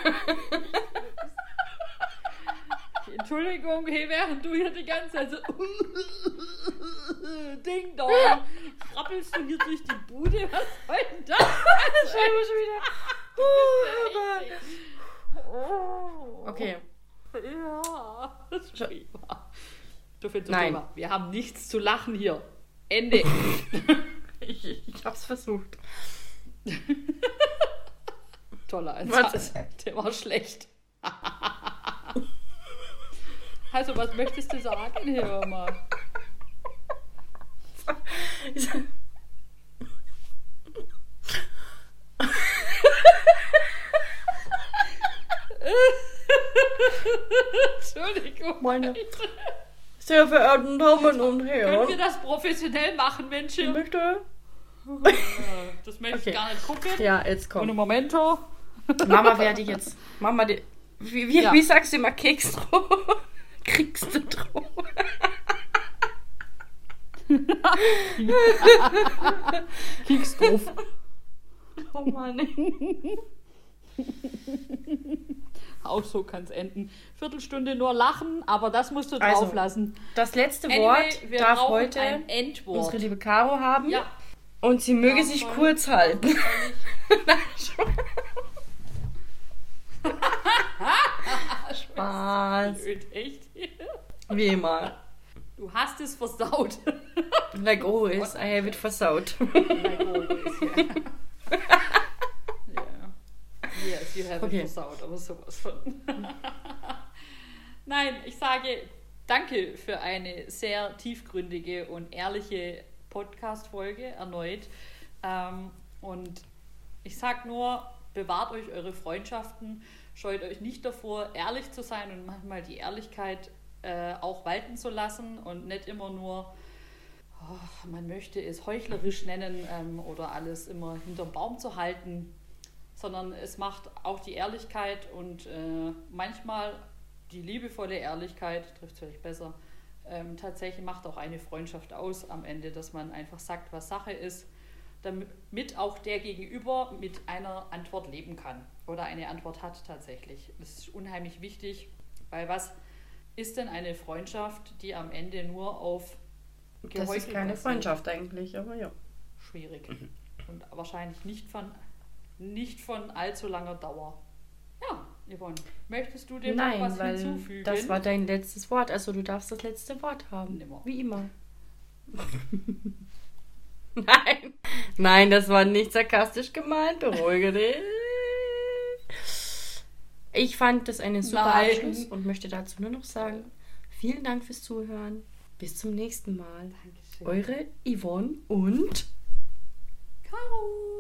A: Entschuldigung, hey, während du hier die ganze Zeit so Ding Dong, rappelst du hier durch die Bude? Was soll denn das?
B: Das schon wieder. Okay.
A: Ja, das ist prima. So viel zum Thema. Wir haben nichts zu lachen hier. Ende.
B: Ich hab's versucht.
A: Toller Einsatz. Der war schlecht. Also, was möchtest du sagen? Hör mal. Entschuldigung.
B: Meine sehr verehrten Damen und Herren.
A: Können wir das professionell machen, Menschen?
B: Möchte?
A: Das möchte ich gar nicht gucken.
B: Ja, jetzt kommt.
A: Und Momento.
B: Mama, werde ich jetzt. Mama, wie sagst du immer Keksbrot? Kriegst du drauf?
A: Kriegst drauf.
B: Oh Mann.
A: Auch so kann es enden. Viertelstunde nur lachen, aber das musst du drauf lassen.
B: Das letzte Wort darf heute unsere liebe Caro haben.
A: Ja.
B: Und sie möge sich kurz halten. Spaß.
A: Echt?
B: Wie immer.
A: Du hast es versaut.
B: Like always, I have it versaut.
A: Like always, yeah. Yes, you have it versaut, aber sowas von. Nein, ich sage danke für eine sehr tiefgründige und ehrliche Podcast-Folge erneut. Und ich sage nur, bewahrt euch eure Freundschaften, scheut euch nicht davor, ehrlich zu sein und manchmal die Ehrlichkeit auch walten zu lassen und nicht immer nur, man möchte es heuchlerisch nennen oder alles immer hinterm Baum zu halten, sondern es macht auch die Ehrlichkeit und manchmal die liebevolle Ehrlichkeit, trifft es vielleicht besser, tatsächlich macht auch eine Freundschaft aus am Ende, dass man einfach sagt, was Sache ist, damit auch der Gegenüber mit einer Antwort leben kann oder eine Antwort hat tatsächlich. Das ist unheimlich wichtig, weil was ist denn eine Freundschaft, die am Ende nur auf
B: Geheuchelt Das ist keine Freundschaft eigentlich, aber ja.
A: Schwierig. Und wahrscheinlich nicht von allzu langer Dauer. Ja, Yvonne, möchtest du dem noch was hinzufügen?
B: Das war dein letztes Wort, also du darfst das letzte Wort haben.
A: Nimmer.
B: Wie immer. Nein, das war nicht sarkastisch gemeint, beruhige dich. Ich fand das einen super Abschluss und möchte dazu nur noch sagen, vielen Dank fürs Zuhören. Bis zum nächsten Mal.
A: Dankeschön.
B: Eure Yvonne und
A: Caro.